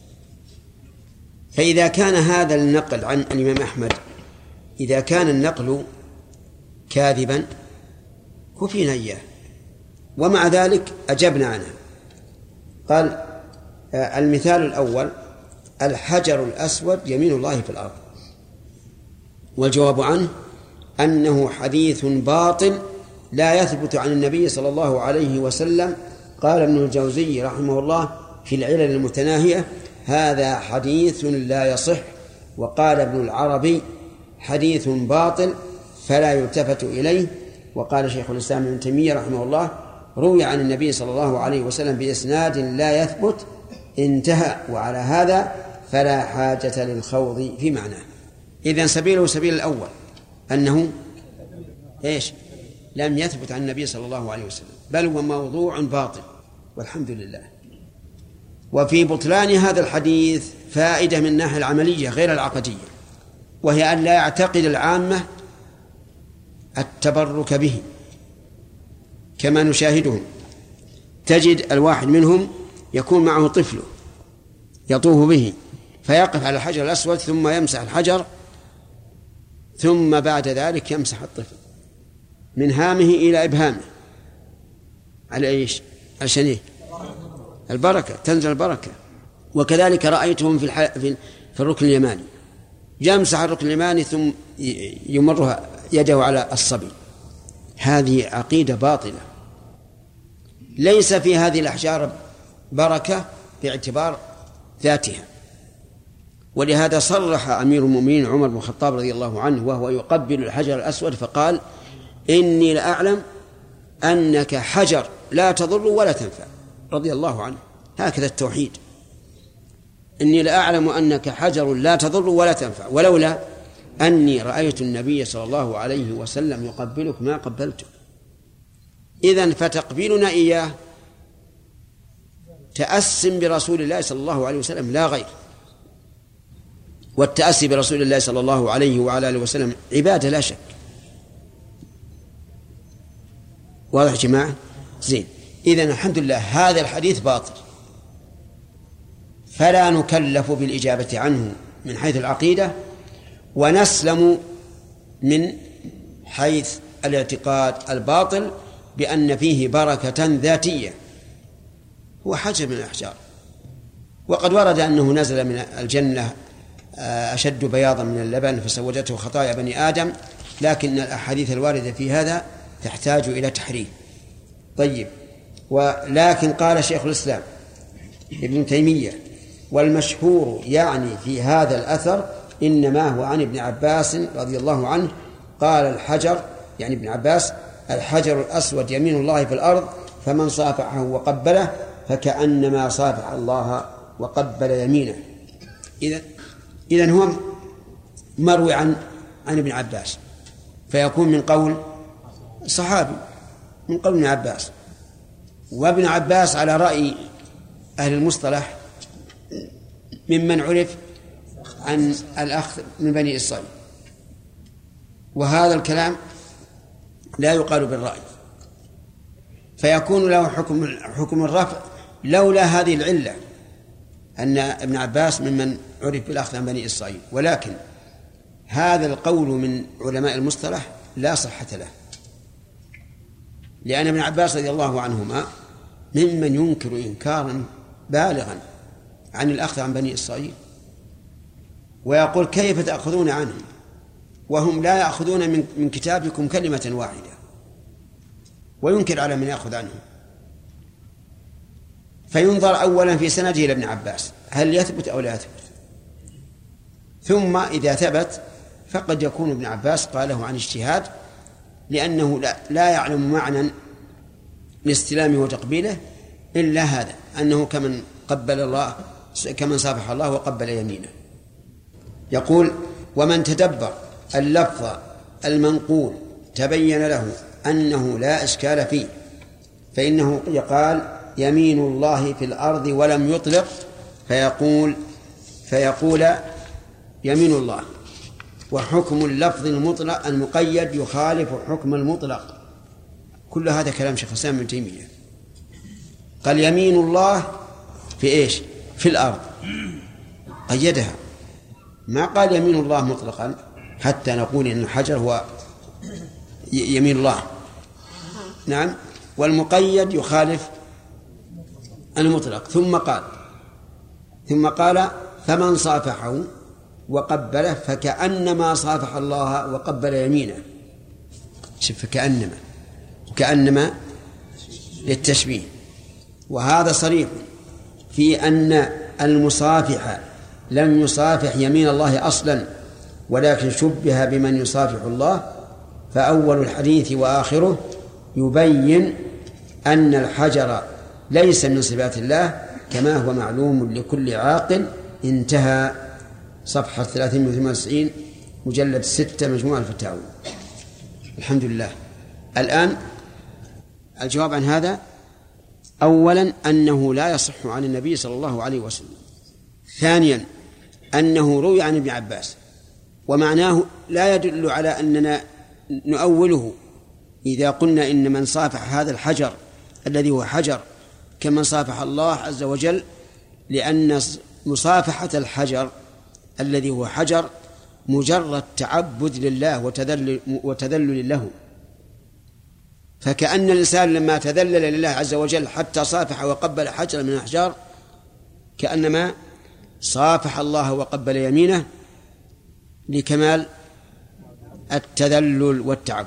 فإذا كان هذا النقل عن الإمام أحمد، إذا كان النقل كاذبا كفينا إياه، ومع ذلك أجبنا عنه. قال المثال الأول الحجر الأسود يمين الله في الأرض، والجواب عنه أنه حديث باطل لا يثبت عن النبي صلى الله عليه وسلم. قال ابن الجوزي رحمه الله في العلل المتناهية هذا حديث لا يصح. وقال ابن العربي حديث باطل فلا يلتفت إليه. وقال شيخ الإسلام ابن تيمية رحمه الله روي عن النبي صلى الله عليه وسلم بإسناد لا يثبت، انتهى. وعلى هذا فلا حاجة للخوض في معناه. إذن سبيله سبيل الأول أنه إيش؟ لم يثبت عن النبي صلى الله عليه وسلم، بل هو موضوع باطل والحمد لله. وفي بطلان هذا الحديث فائدة من الناحية العملية غير العقدية، وهي أن لا يعتقد العامة التبرك به كما نشاهدهم. تجد الواحد منهم يكون معه طفله يطوف به فيقف على الحجر الأسود ثم يمسح الحجر، ثم بعد ذلك يمسح الطفل من هامه إلى إبهامه على إيش؟ عشان إيه؟ البركة، تنزل البركة. وكذلك رأيتهم في, الح... في الركن اليماني يمسح الركن اليماني ثم يمرها يده على الصبي. هذه عقيدة باطلة، ليس في هذه الأحجار بركة باعتبار ذاتها. ولهذا صرح أمير المؤمنين عمر بن الخطاب رضي الله عنه وهو يقبل الحجر الأسود فقال إني لأعلم أنك حجر لا تضر ولا تنفع، رضي الله عنه. هكذا التوحيد، إني لأعلم أنك حجر لا تضر ولا تنفع، ولولا أني رأيت النبي صلى الله عليه وسلم يقبلك ما قبلتك. إذن فتقبيلنا إياه تأسم برسول الله صلى الله عليه وسلم لا غير. والتأسي برسول الله صلى الله عليه وعلى آله وسلم عبادة لا شك. واضح جماعة؟ زين. إذن الحمد لله هذا الحديث باطل، فلا نكلف بالإجابة عنه من حيث العقيدة، ونسلم من حيث الاعتقاد الباطل بأن فيه بركة ذاتية. هو حجر من الأحجار، وقد ورد أنه نزل من الجنة أشد بياضا من اللبن فسودته خطايا بني آدم، لكن الأحاديث الواردة في هذا تحتاج إلى تحريف. طيب، ولكن قال شيخ الإسلام ابن تيمية والمشهور يعني في هذا الأثر إنما هو عن ابن عباس رضي الله عنه قال الحجر، يعني ابن عباس، الحجر الأسود يمين الله في الأرض فمن صافحه وقبله فكأنما صافح الله وقبل يمينه. إذن إذن هو مروي عن عن ابن عباس، فيكون من قول صحابي، من قول ابن عباس. وابن عباس على رأي أهل المصطلح ممن عرف عن الأخذ من بني إسرائيل، وهذا الكلام لا يقال بالرأي، فيكون له حكم حكم الرفع لولا هذه العلة أن ابن عباس ممن عرف بالأخذ عن بني إسرائيل. ولكن هذا القول من علماء المصطلح لا صحة له، لأن ابن عباس رضي الله عنهما ممن ينكر إنكارا بالغا عن الأخذ عن بني إسرائيل، ويقول كيف تأخذون عنهم وهم لا يأخذون من من كتابكم كلمة واحدة، وينكر على من يأخذ عنهم. فينظر أولا في سنده إلى ابن عباس هل يثبت أو لا يثبت، ثم إذا ثبت فقد يكون ابن عباس قاله عن اجتهاد، لأنه لا, لا يعلم معنى لاستلامه وتقبيله إلا هذا، أنه كمن قبل الله كمن صافح الله وقبل يمينه. يقول: ومن تدبر اللفظ المنقول تبين له أنه لا إشكال فيه، فإنه يقال يمين الله في الأرض ولم يطلق، فيقول فيقول يمين الله، وحكم اللفظ المطلق المقيد يخالف حكم المطلق. كل هذا كلام شيخ الإسلام ابن تيمية. قال يمين الله في إيش؟ في الأرض، قيدها، ما قال يمين الله مطلقا حتى نقول إن الحجر هو يمين الله. نعم، والمقيد يخالف المطلق. ثم قال ثم قال فمن صافحه وقبله فكأنما صافح الله وقبل يمينه. شوف، فكأنما كأنما للتشبيه، وهذا صريح في أن المصافح لم يصافح يمين الله أصلا، ولكن شبه بمن يصافح الله. فأول الحديث وآخره يبين أن الحجر ليس من صفات الله كما هو معلوم لكل عاقل. انتهى. صفحة ثلاثمائة وثمانية وتسعين مجلد ستة مجموعة الفتاوى. الحمد لله. الآن الجواب عن هذا: أولا أنه لا يصح عن النبي صلى الله عليه وسلم. ثانيا أنه روي عن ابن عباس، ومعناه لا يدل على أننا نؤوله إذا قلنا إن من صافح هذا الحجر الذي هو حجر كمن صافح الله عز وجل، لأن مصافحة الحجر الذي هو حجر مجرد تعبد لله وتذلل, وتذلل له. فكأن الإنسان لما تذلل لله عز وجل حتى صافح وقبل حجر من الأحجار كأنما صافح الله وقبل يمينه لكمال التذلل والتعبد.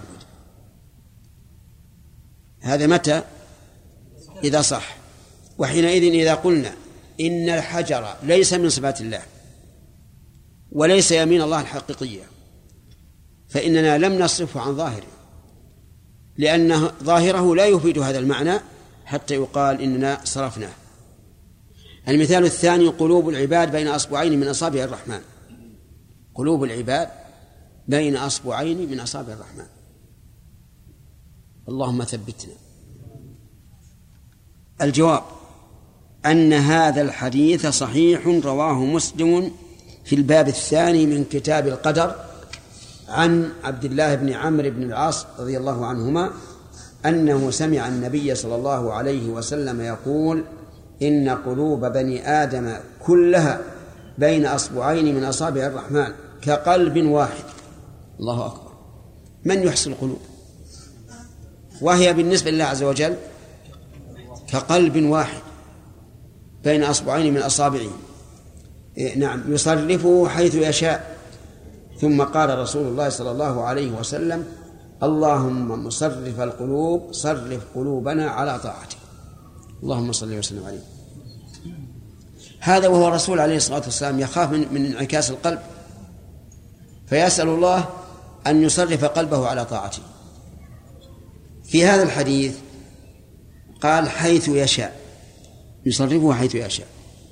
هذا متى؟ إذا صح. وحينئذ إذا قلنا إن الحجر ليس من صفات الله وليس يمين الله الحقيقية، فإننا لم نصرفه عن ظاهره، لأن ظاهره لا يفيد هذا المعنى حتى يقال إننا صرفناه. المثال الثاني: قلوب العباد بين أصبعين من أصابع الرحمن. قلوب العباد بين أصبعين من أصابع الرحمن. اللهم ثبتنا. الجواب أن هذا الحديث صحيح، رواه مسلم في الباب الثاني من كتاب القدر عن عبد الله بن عمرو بن العاص رضي الله عنهما أنه سمع النبي صلى الله عليه وسلم يقول: إن قلوب بني آدم كلها بين أصبعين من أصابع الرحمن كقلب واحد. الله أكبر. من يحصي القلوب؟ وهي بالنسبة لله عز وجل كقلب واحد بين أصبعين من أصابعه. إيه نعم، يصرفه حيث يشاء. ثم قال رسول الله صلى الله عليه وسلم: اللهم مصرف القلوب صرف قلوبنا على طاعتك. اللهم صل وسلم عليه. هذا وهو الرسول عليه الصلاة والسلام يخاف من, من انعكاس القلب، فيسأل الله أن يصرف قلبه على طاعته. في هذا الحديث قال حيث يشاء، يصرفه حيث يشاء.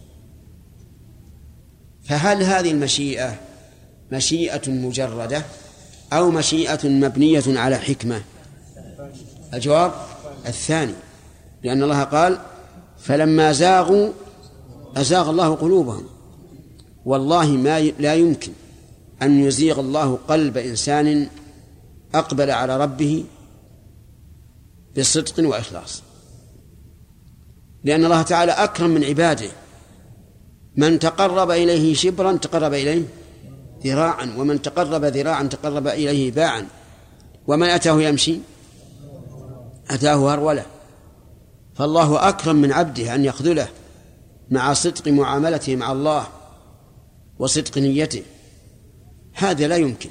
فهل هذه المشيئة مشيئة مجردة أو مشيئة مبنية على حكمة؟ الجواب الثاني، لأن الله قال: فلما زاغوا أزاغ الله قلوبهم. والله ما ي... لا يمكن أن يزيغ الله قلب إنسان أقبل على ربه بصدق وإخلاص، لأن الله تعالى أكرم من عباده. من تقرب إليه شبرا تقرب إليه ذراعا، ومن تقرب ذراعا تقرب إليه باعا، ومن أتاه يمشي أتاه هرولة. فالله أكرم من عبده أن يخذله مع صدق معاملته مع الله وصدق نيته. هذا لا يمكن.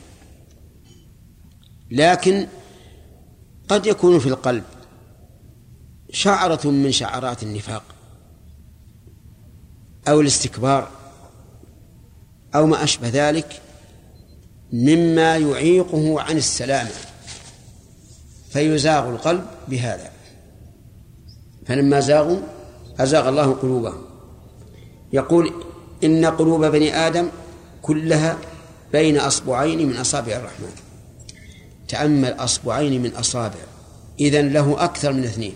لكن قد يكون في القلب شعرة من شعرات النفاق أو الاستكبار أو ما أشبه ذلك مما يعيقه عن السلامة، فيزاغ القلب بهذا. فلما زاغوا أزاغ الله قلوبهم. يقول إن قلوب بني آدم كلها بين أصبعين من أصابع الرحمن. تأمل أصبعين من أصابع، إذن له أكثر من اثنين.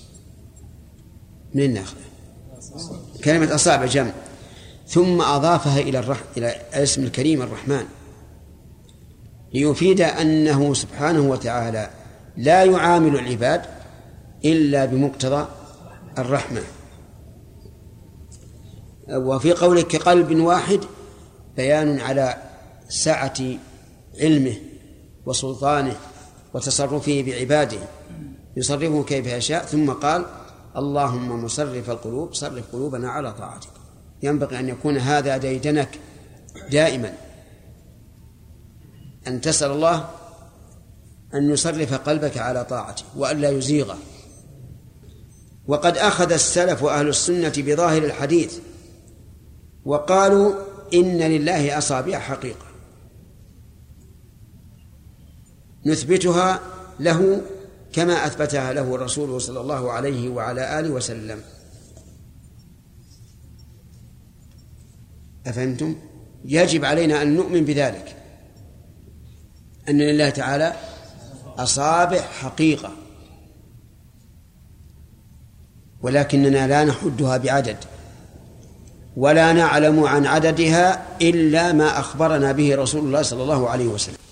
من ناخذ كلمة أصابع جمع، ثم أضافها إلى الرح... إلى اسم الكريم الرحمن ليفيد أنه سبحانه وتعالى لا يعامل العباد إلا بمقتضى الرحمة. وفي قولك كقلب واحد بيان على سعة علمه وسلطانه وتصرفه بعباده، يصرفه كيف يشاء. ثم قال اللهم مصرف القلوب صرف قلوبنا على طاعتك. ينبغي أن يكون هذا ديدنك دائما، أن تسأل الله أن يصرف قلبك على طاعته وأن لا يزيغه. وقد أخذ السلف وأهل السنة بظاهر الحديث وقالوا إن لله أصابع حقيقة نثبتها له كما أثبتها له الرسول صلى الله عليه وعلى آله وسلم. أفهمتم؟ يجب علينا أن نؤمن بذلك، أن لله تعالى أصابع حقيقة، ولكننا لا نحدها بعدد ولا نعلم عن عددها إلا ما أخبرنا به رسول الله صلى الله عليه وسلم.